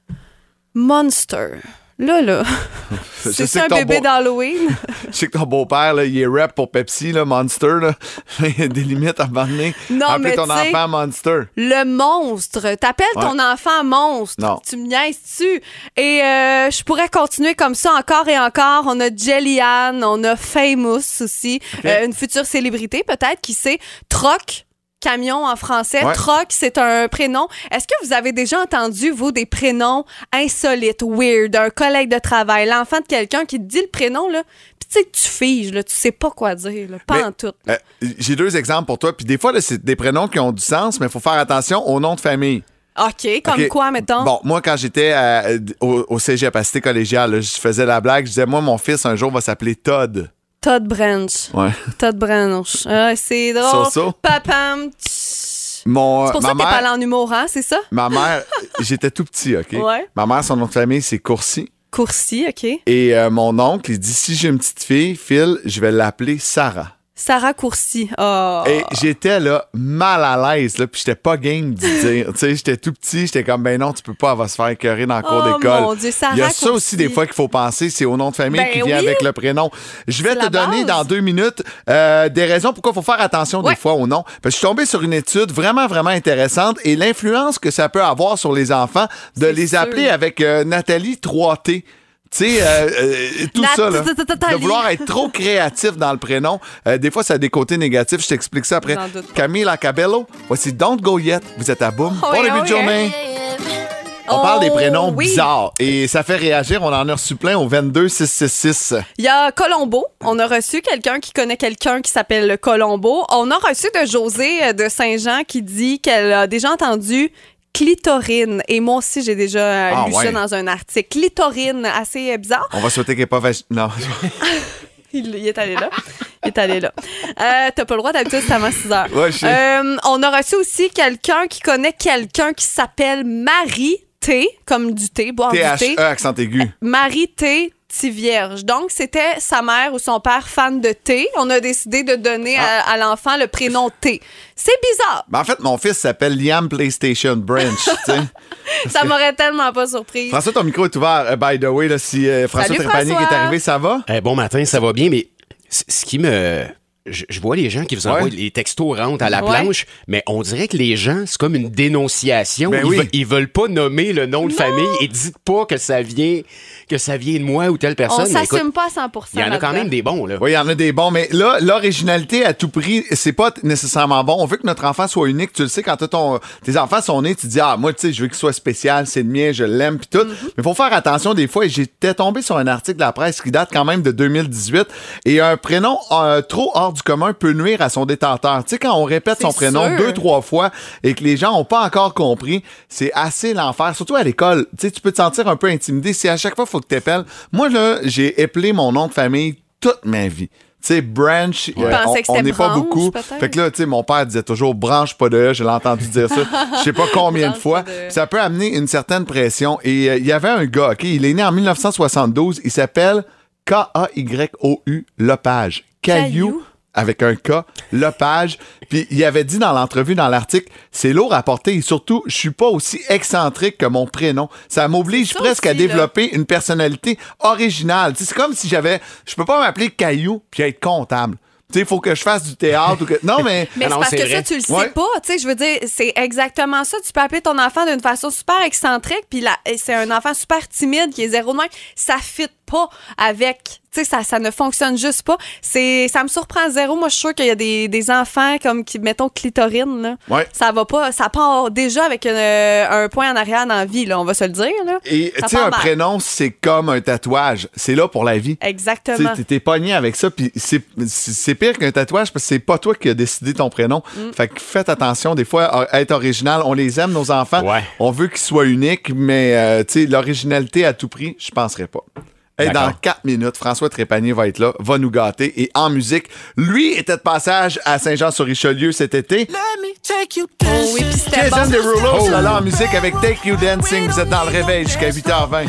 Monster. Là, là. Je C'est sais ça un que ton bébé beau- d'Halloween? Je sais que ton beau-père, là, il est rap pour Pepsi, là, Monster. Là. Il y a des limites à un moment donné. Non, Appeler mais ton tu sais- enfant Monster. Le monstre. T'appelles ton enfant monstre. Non. Tu me niaises-tu? Et euh, je pourrais continuer comme ça encore et encore. On a Jelly-Ann, on a Famous aussi. Euh, une future célébrité, peut-être, qui sait. Troc. Camion en français. Ouais. Troc, c'est un prénom. Est-ce que vous avez déjà entendu, vous, des prénoms insolites, weird, un collègue de travail, l'enfant de quelqu'un qui te dit le prénom, là, puis tu sais que tu figes, là, tu sais pas quoi dire, là, pas Mais, en tout. euh, J'ai deux exemples pour toi. Puis des fois, là, c'est des prénoms qui ont du sens, mais il faut faire attention au nom de famille. OK, comme OK. quoi, mettons? Bon, moi, quand j'étais à- au, au cégep, à Cité collégiale, là, je faisais la blague. Je disais, moi, mon fils, un jour, va s'appeler Todd. Todd Branch. Ouais. Todd Branch. Ah, c'est drôle. Ça, ça. Papam. tch. Mon, C'est pour ma ça que t'es mère, pas allé en humour, hein, c'est ça? ma mère, j'étais tout petit, OK? Ouais. Ma mère, son nom de famille, c'est Courcy. Courcy, OK. Et euh, mon oncle, il dit, si j'ai une petite fille, Phil, je vais l'appeler Sarah. Sarah Courcy. Oh. Et j'étais là mal à l'aise, là, puis j'étais pas game d'y dire. Tu sais, j'étais tout petit, j'étais comme, ben non, tu peux pas, elle va se faire écœurer dans le cours Oh, d'école. mon Dieu, Sarah Il y a ça Courcy. aussi des fois qu'il faut penser, c'est au nom de famille Ben qui vient oui. avec le prénom. Je vais C'est te la donner base. dans deux minutes euh, des raisons pourquoi il faut faire attention Ouais. des fois au nom. Parce que je suis tombé sur une étude vraiment, vraiment intéressante et l'influence que ça peut avoir sur les enfants de C'est les sûr. appeler avec euh, Nathalie trois T. Tu sais, euh, euh, tout Nat- ça, là, Nathalie. de vouloir être trop créatif dans le prénom. Euh, des fois, ça a des côtés négatifs. Je t'explique ça après. J'en doute pas. Camille Cabello, voici Don't Go Yet. Vous êtes à Boom. Oh, bon oui, début oh, de journée. On Oh, parle des prénoms oui. bizarres et ça fait réagir. On en a reçu plein au vingt-deux six six six. Il y a Colombo. On a reçu quelqu'un qui connaît quelqu'un qui s'appelle Colombo. On a reçu de José euh, de Saint-Jean qui dit qu'elle a déjà entendu clitorine. Et moi aussi, j'ai déjà euh, Ah, lu ouais. ça dans un article. Clitorine, assez euh, bizarre. On va souhaiter qu'elle n'est pas vag... Non. Il, il est allé là. Il est allé là. Euh, T'as pas le droit d'habitude, c'est avant six heures. Ouais, je sais. Euh, on a reçu aussi quelqu'un qui connaît quelqu'un qui s'appelle Marie T, comme du thé, boire T du H thé. E, accent aigu. Marie T. Vierge. Donc, c'était sa mère ou son père fan de thé. On a décidé de donner Ah. à, à l'enfant le prénom T. C'est bizarre. Ben, en fait, mon fils s'appelle Liam PlayStation Branch. tu sais. Ça m'aurait tellement pas surpris. François, ton micro est ouvert. Euh, by the way, là, si euh, François Salut, Trépanier qui est François. arrivé, ça va? Eh, bon matin, ça va bien, mais c- ce qui me... Je, je vois les gens qui vous envoient Ouais. les textos rentrent à la Ouais. planche, mais on dirait que les gens, c'est comme une dénonciation. Ben ils, oui. veulent, ils veulent pas nommer le nom de famille et dites pas que ça vient que ça vient de moi ou telle personne. On Mais écoute, s'assume pas à cent pour cent. il y en a quand là-dedans. même des bons, là. Oui, il y en a des bons, mais là, l'originalité à tout prix, c'est pas nécessairement bon. On veut que notre enfant soit unique. Tu le sais, quand t'as ton, tes enfants sont nés, tu te dis, ah, moi, tu sais, je veux qu'il soit spécial, c'est le mien, je l'aime, puis tout. Mais il faut faire attention des fois. Et j'étais tombé sur un article de la presse qui date quand même de deux mille dix-huit et un prénom euh, trop hors du du commun peut nuire à son détenteur. Tu sais, quand on répète C'est son prénom sûr. deux, trois fois et que les gens n'ont pas encore compris, c'est assez l'enfer. Surtout à l'école. Tu sais, tu peux te sentir un peu intimidé. Si à chaque fois, il faut que tu épelles. Moi, là, j'ai épelé mon nom de famille toute ma vie. Tu sais, Branch, Il euh, pensait que on c'était n'est pas branche, beaucoup. peut-être. Fait que là, tu sais, mon père disait toujours branche pas de E, je l'ai entendu dire ça. Je sais pas combien de Branche fois. pas de E. Ça peut amener une certaine pression. Et euh, il y avait un gars, OK, il est né en dix-neuf cent soixante-douze, il s'appelle K A Y O U Lepage. Caillou. Caillou. Avec un K, Lepage. Puis il avait dit dans l'entrevue, dans l'article, c'est lourd à porter et surtout, je suis pas aussi excentrique que mon prénom. Ça m'oblige C'est ça presque à aussi, là. développer une personnalité originale. Tu sais, c'est comme si j'avais, je peux pas m'appeler Caillou puis être comptable. Tu sais, il faut que je fasse du théâtre ou que. Non, mais. Mais Ah c'est non, parce c'est que vrai. ça, tu le sais Ouais. pas. Tu sais, je veux dire, c'est exactement ça. Tu peux appeler ton enfant d'une façon super excentrique, puis là, c'est un enfant super timide qui est zéro de même. Ça fit pas avec. Tu sais, ça, ça ne fonctionne juste pas. C'est, ça me surprend zéro. Moi, je suis sûre qu'il y a des, des enfants comme, qui, mettons, clitorine, là. Ouais. Ça va pas. Ça part déjà avec une- un point en arrière dans la vie, là. On va se le dire, là. Et Ça tu sais, part un mal. prénom, c'est comme un tatouage. C'est là pour la vie. Tu Exactement. sais, t'es pogné avec ça, puis c'est c'est- c'est pire qu'un tatouage parce que c'est pas toi qui as décidé ton prénom. Mm. Fait que faites attention, des fois, à être original. On les aime, nos enfants. Ouais. On veut qu'ils soient uniques, mais euh, tu sais, l'originalité à tout prix, je penserais pas. Et D'accord. dans quatre minutes, François Trépanier va être là, va nous gâter. Et en musique, lui était de passage à Saint-Jean-sur-Richelieu cet été. Oh oui, puis c'était Jason bon. Derulo sera là en musique avec Take You Dancing. Vous êtes dans le réveil jusqu'à huit heures vingt.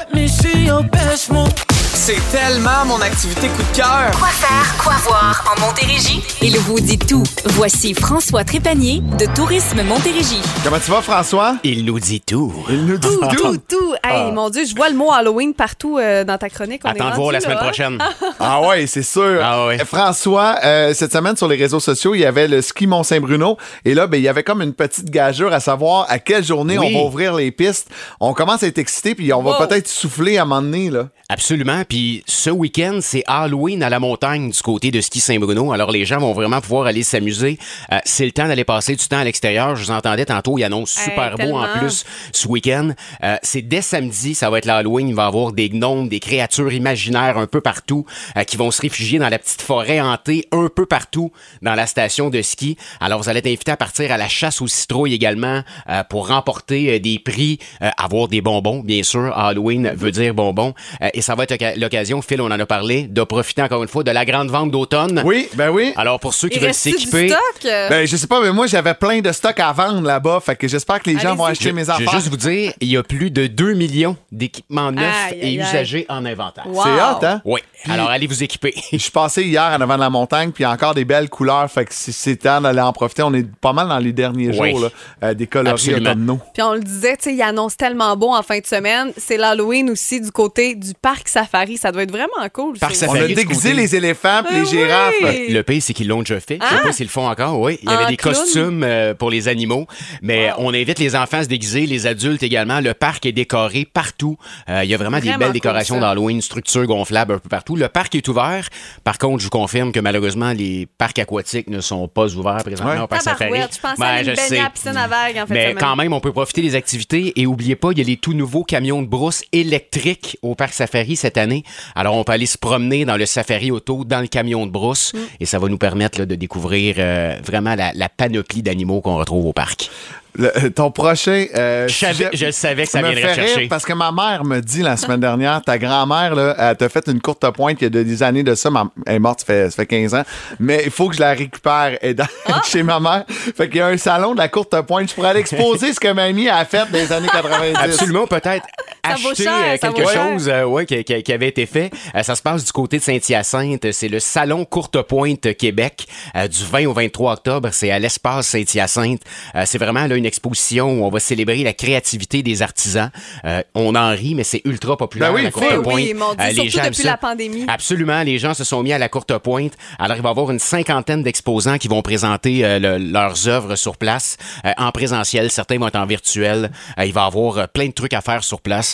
C'est tellement mon activité coup de cœur. Quoi faire, quoi voir en Montérégie? Il vous dit tout. Voici François Trépanier de Tourisme Montérégie. Comment tu vas, François? Il nous dit tout. Il nous dit Tout, tout. tout, tout. Hey, mon Dieu, je vois le mot Halloween partout euh, dans ta chronique. On Attends est de voir rendu la semaine là, hein? prochaine. Ah ouais, c'est sûr. Ah ouais. Euh, François, euh, cette semaine sur les réseaux sociaux, il y avait le ski Mont-Saint-Bruno. Et là, ben, il y avait comme une petite gageure à savoir à quelle journée Oui. on va ouvrir les pistes. On commence à être excité, puis on va Wow. peut-être souffler à un moment donné, là. Absolument. Puis ce week-end, c'est Halloween à la montagne du côté de Ski Saint-Bruno. Alors les gens vont vraiment pouvoir aller s'amuser. Euh, c'est le temps d'aller passer du temps à l'extérieur. Je vous entendais tantôt, il annonce super Hey, beau en tellement. plus ce week-end. Euh, c'est dès samedi, ça va être l'Halloween. Il va y avoir des gnomes, des créatures imaginaires un peu partout euh, qui vont se réfugier dans la petite forêt hantée un peu partout dans la station de ski. Alors vous allez être invités à partir à la chasse aux citrouilles également euh, pour remporter euh, des prix, euh, avoir des bonbons, bien sûr. Halloween veut dire bonbons. Euh, et ça va être oca- l'occasion, Phil, on en a parlé, de profiter encore une fois de la grande vente d'automne. Oui, ben oui. Alors pour ceux qui Il veulent reste-tu du s'équiper... stock? Ben, je sais pas, mais moi, j'avais plein de stocks à vendre là-bas. Fait que j'espère que les gens Allez-y. vont acheter Je, mes je vais affaires. juste vous dire, il y a plus de deux millions d'équipements neufs Aïe, et aïe, aïe. usagés en inventaire. Wow. C'est hot, hein? Oui, alors allez vous équiper. Je suis passé hier en avant de la montagne, puis il y a encore des belles couleurs. Fait que si c'est temps d'aller en profiter, on est pas mal dans les derniers Oui. jours, là, euh, des coloris Absolument. automnaux. Puis on le disait, tu sais, il annonce tellement beau en fin de semaine. C'est l'Halloween aussi du côté du parc safari. Ça doit être vraiment cool. Parc ça. On Safari a du déguisé côté. les éléphants puis Ah les girafes. oui! Le pays, c'est qu'ils l'ont déjà fait. Je sais Ah! pas s'ils le font encore. Oui, il y avait En des clown? costumes euh, pour les animaux. Mais on invite les enfants à se déguiser, les adultes également. Le parc est décoré partout. Euh, il y a vraiment, des Vraiment belles cool, décorations ça. d'Halloween, structures gonflables un peu partout. Le parc est ouvert. Par contre, je vous confirme que malheureusement, les parcs aquatiques ne sont pas ouverts présentement Ouais. au parc safari. Tabarouette, je pensais Ben, à je une baignade sais. à piscine à vagues en fait. Mais quand même, on peut profiter des activités. Et oubliez pas, il y a les tout nouveaux camions de brousse électriques au parc Safari cette année. Alors, on peut aller se promener dans le Safari Auto, dans le camion de brousse. Mm. Et ça va nous permettre là, de découvrir euh, vraiment la, la panoplie d'animaux qu'on retrouve au parc. Le- ton prochain. euh, Je savais- sujet je savais que ça me viendrait fait rire chercher. parce que ma mère me dit la semaine dernière, ta grand-mère, là, elle t'a fait une courte pointe il y a des années de ça. Ma- elle est morte, ça fait, ça fait quinze ans. Mais il faut que je la récupère elle est dans- Ah! chez ma mère. Fait qu'il y a un salon de la courte pointe. Je pourrais aller exposer ce que mamie a fait dans les années quatre-vingt-dix. Absolument, peut-être Ça vaut acheter cher, euh, ça quelque vaut cher. chose euh, ouais, qui, qui- qui avait été fait. Euh, ça se passe du côté de Saint-Hyacinthe. C'est le Salon Courte-Pointe Québec euh, du vingt au vingt-trois octobre. C'est à l'espace Saint-Hyacinthe. Euh, c'est vraiment là, une exposition où on va célébrer la créativité des artisans. Euh, on en rit, mais c'est ultra populaire, Ben oui, la faut. Courte-Pointe. Oui, mon Dieu, Euh, les surtout gens aiment depuis ça. la pandémie. Absolument, les gens se sont mis à la courte pointe. Alors, il va y avoir une cinquantaine d'exposants qui vont présenter euh, le- leurs œuvres sur place, euh, en présentiel. Certains vont être en virtuel. Euh, il va y avoir euh, plein de trucs à faire sur place.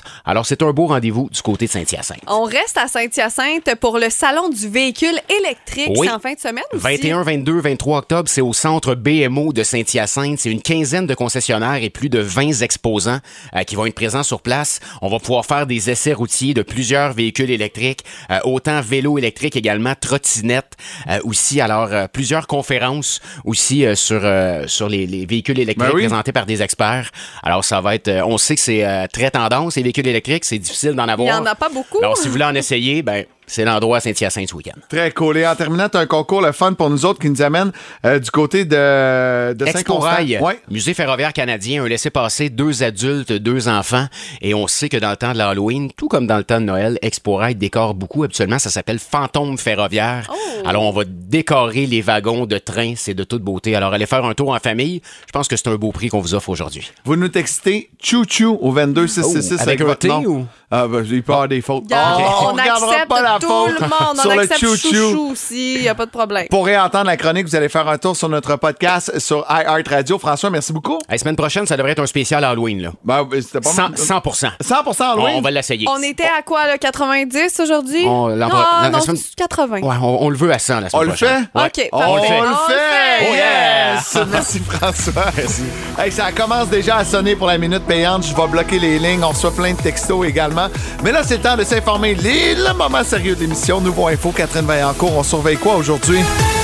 place. Alors, c'est un beau rendez-vous du côté de Saint-Hyacinthe. On reste à Saint-Hyacinthe pour le salon du véhicule électrique. Oui. C'est en fin de semaine aussi. vingt et un, vingt-deux, vingt-trois octobre, c'est au centre B M O de Saint-Hyacinthe. C'est une quinzaine de concessionnaires et plus de vingt exposants euh, qui vont être présents sur place. On va pouvoir faire des essais routiers de plusieurs véhicules électriques, euh, autant vélos électriques également, trottinettes euh, aussi. Alors, euh, plusieurs conférences aussi euh, sur, euh, sur les, les véhicules électriques Ben oui. présentés par des experts. Alors, ça va être... Euh, on sait que c'est euh, très tendance, les véhicules électriques. C'est difficile d'en avoir. Il n'y en a pas beaucoup. Alors, si vous voulez en essayer, ben c'est l'endroit à Saint-Hyacinthe ce week-end. Très cool. Et en terminant, tu as un concours, le fun pour nous autres, qui nous amène euh, du côté de, de Expo Saint-Constant. Rail, Ouais. Musée ferroviaire canadien, un laissez-passer, deux adultes, deux enfants. Et on sait que dans le temps de l'Halloween, tout comme dans le temps de Noël, Expo Rail décore beaucoup. Habituellement, ça s'appelle Fantôme ferroviaire. Oh. Alors, on va décorer les wagons de train. C'est de toute beauté. Alors, allez faire un tour en famille. Je pense que c'est un beau prix qu'on vous offre aujourd'hui. Vous nous textez chou-chou au vingt-deux six six six Oh, avec un votre T nom. ou? Ah, ben, j'ai peur des fautes. Regarde, Oh, on, regardera accepte pas la tout faute le monde. On sur le accepte chou-chou. chouchou aussi. Il n'y a pas de problème. Pour réentendre la chronique, vous allez faire un tour sur notre podcast sur iHeartRadio. François, merci beaucoup. La semaine prochaine, ça devrait être un spécial Halloween. Là. Ben, c'était pas cent, mal. cent pour cent. cent pour cent Halloween? On, on va l'essayer. On était à quoi, là, quatre-vingt-dix aujourd'hui? On- l'en- Ah, la- la non, semaine- c'est quatre-vingts. Ouais, on, on le veut à cent la On semaine le prochaine. fait? Ouais. OK, on, parfait. le fait. On le fait! Oh, Yes! Merci François. Merci. Hey, ça commence déjà à sonner pour la minute payante. Je vais bloquer les lignes. On reçoit plein de textos également. Mais là, c'est le temps de s'informer. Les- Le moment sérieux de l'émission. Nouveau info, Catherine Vaillancourt. On surveille quoi aujourd'hui?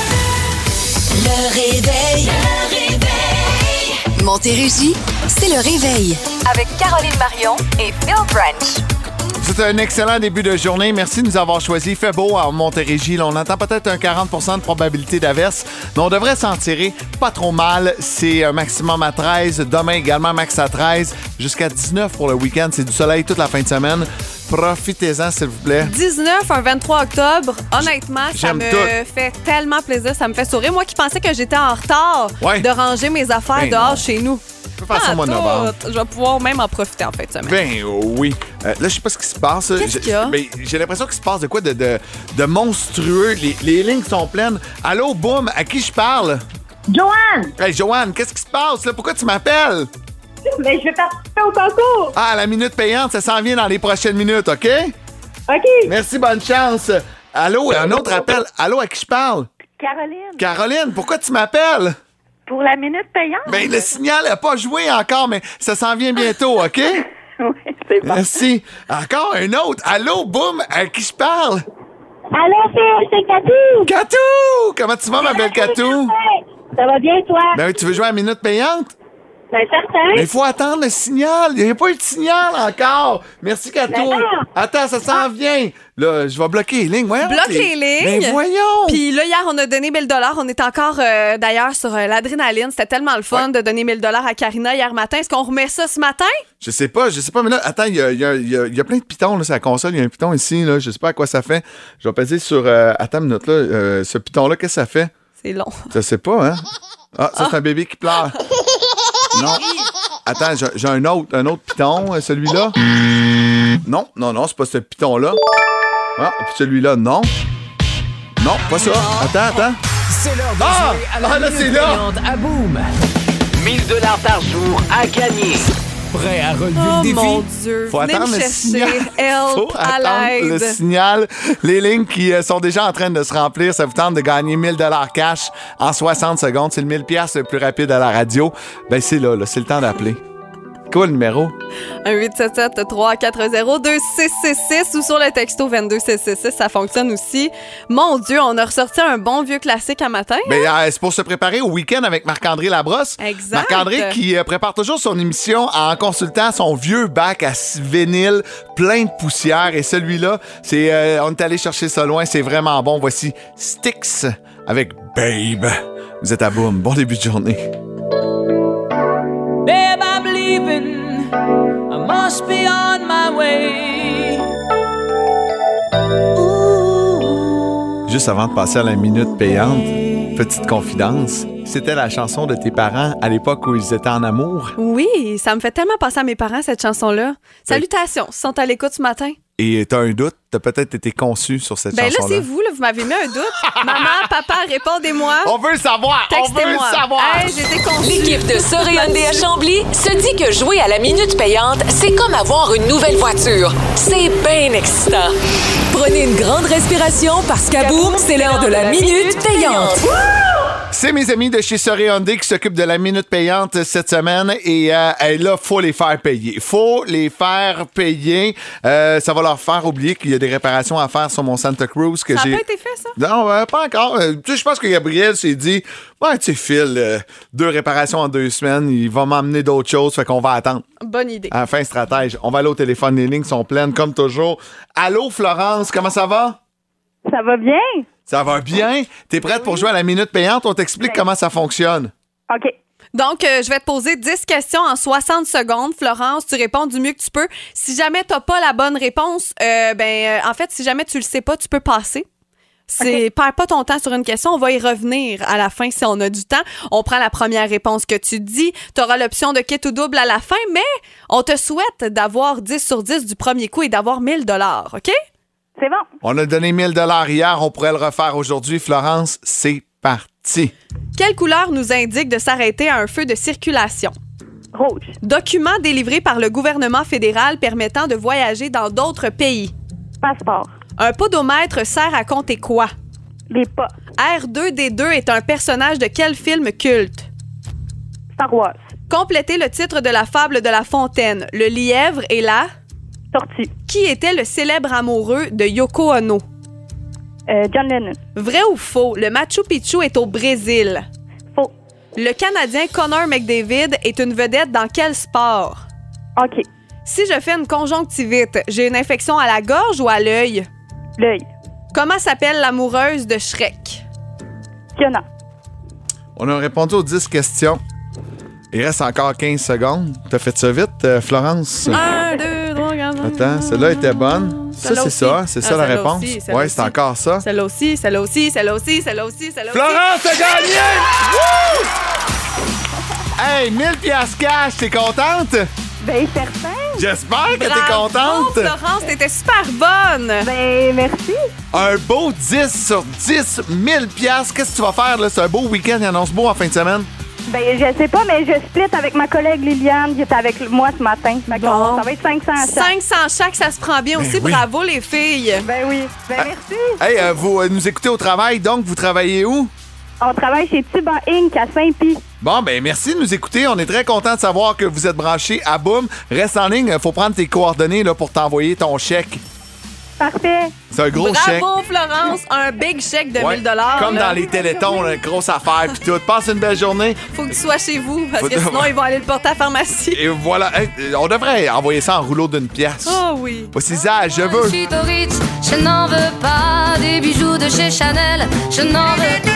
Le réveil. Le réveil. Montérégie, c'est le réveil. Avec Caroline Marion et Phil Branch. C'est un excellent début de journée. Merci de nous avoir choisi. Il fait beau à Montérégie. Là, on entend peut-être un quarante pour cent de probabilité d'averse, mais on devrait s'en tirer pas trop mal. C'est un maximum à treize. Demain également, max à treize. Jusqu'à dix-neuf pour le week-end. C'est du soleil toute la fin de semaine. Profitez-en, s'il vous plaît. dix-neuf, un vingt-trois octobre. Honnêtement, ça J'aime me tout. fait tellement plaisir. Ça me fait sourire. Moi qui pensais que j'étais en retard Ouais. de ranger mes affaires Ben dehors non. chez nous. On peut faire ça au mois de Pas novembre. tout. Je vais pouvoir même en profiter en fin de semaine. Ben oui. Euh, là, je sais pas ce qui se passe. Qu'est-ce J'ai- qu'il y a? ben, j'ai l'impression qu'il se passe de quoi de, de, de monstrueux. Les, les lignes sont pleines. Allô, boum, à qui je parle? Joanne! Hey, Joanne, qu'est-ce qui se passe? Là? Pourquoi tu m'appelles? Ben, je vais participer au concours! Ah, la minute payante, ça s'en vient dans les prochaines minutes, OK? OK. Merci, bonne chance. Allô, un autre appel. Allô, à qui je parle? Caroline, Caroline, pourquoi tu m'appelles? pour la minute payante. Ben, le signal n'a pas joué encore, mais ça s'en vient bientôt, OK? Oui, c'est bon. Merci. Encore un autre. Allô, boum, à qui je parle? Allô, c'est, c'est Catou! Catou! Comment tu vas, ma belle Catou? Ça va bien, toi? Ben oui, tu veux jouer à la minute payante? Ben, certain. Mais il faut attendre le signal. Il n'y a pas eu de signal encore. Merci, Catou. Ben non. Attends, ça s'en vient. Là, je vais bloquer les lignes. Voyons, Bloque les lignes. Ben voyons. Puis là, hier, on a donné mille dollars. On est encore, euh, d'ailleurs, sur euh, l'adrénaline. C'était tellement le fun Ouais. de donner mille dollars à Karina hier matin. Est-ce qu'on remet ça ce matin? Je sais pas, je sais pas, mais là, attends, il y a, il y a- il y a- il y a plein de pitons, là, sur la console. Il y a un piton ici, là. Je sais pas à quoi ça fait. Je vais peser sur. Euh, attends une minute, là. Euh, ce piton-là, qu'est-ce que ça fait? C'est long. Je sais pas, hein? Ah, ça, c'est un bébé qui pleure. Non. Attends, j'ai, j'ai un autre, un autre piton, euh, celui-là. Non, non, non, c'est pas ce piton-là. Ah, puis celui-là, non. Non, pas ça. Attends, attends. C'est l'heure de Ah! jouer à la Ah, là, minute c'est là! payante à Boom. mille dollars par jour à gagner. Prêt à relever Oh le défi? mon Dieu. Faut Venez attendre me le chercher. signal. Help Faut à attendre le l'aide. signal. Les lignes qui euh, sont déjà en train de se remplir, ça vous tente de gagner mille dollars cash en soixante secondes. C'est le mille piastres le plus rapide à la radio. Ben, c'est là, là. C'est le temps d'appeler. Quoi le numéro? un huit sept sept trois quatre zéro deux six six six ou sur le texto vingt-deux six six six, ça fonctionne aussi. Mon Dieu, on a ressorti un bon vieux classique à matin. Ben, euh, c'est pour se préparer au week-end avec Marc-André Labrosse. Exact. Marc-André qui euh, prépare toujours son émission en consultant son vieux bac à vinyle plein de poussière. Et celui-là, c'est euh, on est allé chercher ça loin. C'est vraiment bon. Voici Styx avec Babe. Vous êtes à Boom. Bon début de journée. Babe, I'm leaving. I must be on my way. Juste avant de passer à la minute payante, petite confidence. C'était la chanson de tes parents à l'époque où ils étaient en amour. Oui, ça me fait tellement penser à mes parents, cette chanson-là. Salutations, ils sont à l'écoute ce matin. et t'as un doute, t'as peut-être été conçu sur cette Ben là, chanson-là. c'est vous, là, vous m'avez mis un doute. Maman, papa, répondez-moi. On veut le savoir! On veut le savoir! Hey, j'ai été conçue. L'équipe de Sœur et Hyundai à Chambly se dit que jouer à la minute payante, c'est comme avoir une nouvelle voiture. C'est bien excitant. Prenez une grande respiration parce qu'à boum, c'est l'heure de la minute payante. C'est mes amis de chez Sœur et Hyundai qui s'occupent de la minute payante cette semaine et euh, là, faut les faire payer. Faut les faire payer. Euh, ça va leur faire oublier qu'il y a des réparations à faire sur mon Santa Cruz que Ça j'ai. n'a pas été fait, ça? Non, euh, pas encore. Euh, tu sais, je pense que Gabriel s'est dit, ouais, tu sais, Phil, euh, deux réparations en deux semaines, il va m'emmener d'autres choses, fait qu'on va attendre. Bonne idée. Enfin, stratège. On va aller au téléphone, les lignes sont pleines comme toujours. Allô, Florence, comment ça va? Ça va bien? Ça va bien? T'es prête pour jouer à la minute payante? On t'explique comment ça fonctionne. OK. Donc, euh, je vais te poser dix questions en soixante secondes. Florence, tu réponds du mieux que tu peux. Si jamais tu n'as pas la bonne réponse, euh, ben, euh, en fait, si jamais tu le sais pas, tu peux passer. C'est, Okay. Perds pas ton temps sur une question, on va y revenir à la fin si on a du temps. On prend la première réponse que tu dis, tu auras l'option de kit ou double à la fin, mais on te souhaite d'avoir dix sur dix du premier coup et d'avoir mille dollars, OK? C'est bon. On a donné mille dollars hier, on pourrait le refaire aujourd'hui. Florence, c'est parti. Quelle couleur nous indique de s'arrêter à un feu de circulation? Rouge. Document délivré par le gouvernement fédéral permettant de voyager dans d'autres pays. Passeport. Un podomètre sert à compter quoi? Les pas. R deux D deux est un personnage de quel film culte? Star Wars. Complétez le titre de la fable de La Fontaine. Le lièvre et la... Tortue. Qui était le célèbre amoureux de Yoko Ono? Euh, John Lennon. Vrai ou faux? Le Machu Picchu est au Brésil. Faux. Le Canadien Connor McDavid est une vedette dans quel sport? OK. Si je fais une conjonctivite, j'ai une infection à la gorge ou à l'œil? L'œil. Comment s'appelle l'amoureuse de Shrek? Fiona. On a répondu aux dix questions. Il reste encore quinze secondes. T'as fait ça vite, euh, Florence? Un, deux, trois, quatre. Attends, celle-là était bonne. Ça, Celle-là c'est aussi. ça, c'est Ah, ça la celle-là réponse? aussi, celle-là Ouais, aussi. c'est encore ça. Celle-là aussi, celle-là aussi, celle-là aussi, celle-là aussi, celle-là aussi. Florence a gagné! Wouh! Hey, mille piastres cash, t'es contente? Ben, certain. J'espère que t'es Bravo, contente. Florence, t'étais super bonne. Ben, merci. Un beau dix sur dix, mille piastres. Qu'est-ce que tu vas faire, là? C'est un beau week-end, il annonce beau en fin de semaine. Ben, je sais pas, mais je split avec ma collègue Liliane qui est avec moi ce matin. Fait qu'on- Bon. Ça va être cinq cents chaque. cinq cents chaque, ça se prend bien aussi. oui. Bravo, les filles. Ben oui. Ben, merci. Hey, euh, vous euh, nous écoutez au travail, donc vous travaillez où? On travaille chez Tuba Inc à Saint-Pie. Bon, ben merci de nous écouter. On est très content de savoir que vous êtes branchés à Boom. Reste en ligne, faut prendre tes coordonnées là, pour t'envoyer ton chèque. Parfait. C'est un gros chèque. Bravo, Florence. Un big chèque de Ouais, mille dollars. comme dans les télétons, là, grosse affaire puis tout. Passe une belle journée. Faut que tu sois chez vous, parce Faut que que- sinon, ils vont aller le porter à la pharmacie. Et voilà, Hey, on devrait envoyer ça en rouleau d'une pièce. Oh oui. Voici ça, je veux. Je n'en veux pas des bijoux de chez Chanel. Je n'en veux.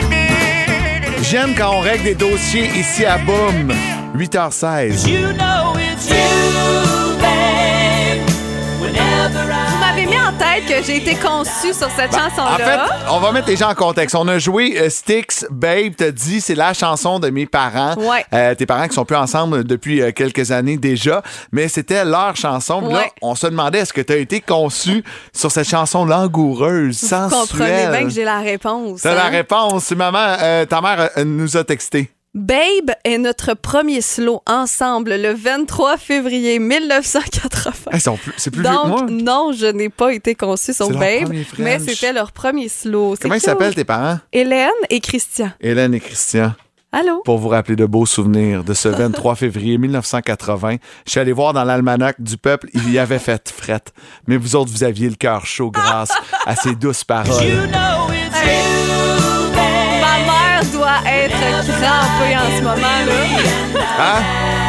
J'aime quand on règle des dossiers ici à Boom. huit heures seize. You know it's you, babe. Whenever I... Vous m'avez mis en tête que j'ai été conçue sur cette En chanson-là. fait, on va mettre les gens en contexte. On a joué euh, Styx, Babe, t'as dit, c'est la chanson de mes parents. Ouais. Euh, tes parents qui sont plus ensemble depuis euh, quelques années déjà, mais c'était leur chanson. Puis Là, Ouais. on se demandait, est-ce que t'as été conçu sur cette chanson langoureuse, Vous comprenez sensuelle? bien que j'ai la réponse. T'as la hein? réponse. Maman, euh, ta mère euh, nous a texté. Babe est notre premier slow ensemble le vingt-trois février mille neuf cent quatre-vingts. Hey, c'est plus- c'est plus vieux que Donc, moi. non, je n'ai pas été conçue sur C'est leur Babe, premier French. mais c'était leur premier slow. C'est Comment ils cool. s'appellent tes parents? Hélène et Christian. Hélène et Christian. Allô? Pour vous rappeler de beaux souvenirs de ce vingt-trois février mille neuf cent quatre-vingts. Je suis allé voir dans l'almanach du peuple, il y avait fait frette. Mais vous autres, vous aviez le cœur chaud grâce à ces douces paroles. You know it's you, babe. Ma mère doit être crampée en ce moment-là. Hein?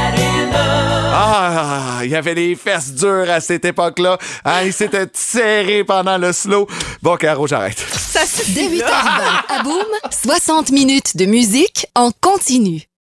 Ah, il y avait les fesses dures à cette époque-là. Hein, il s'était serré pendant le slow. Bon, Caro, j'arrête. Ça suffit. Dès huit là. heures vingt à Boom, soixante minutes de musique en continu.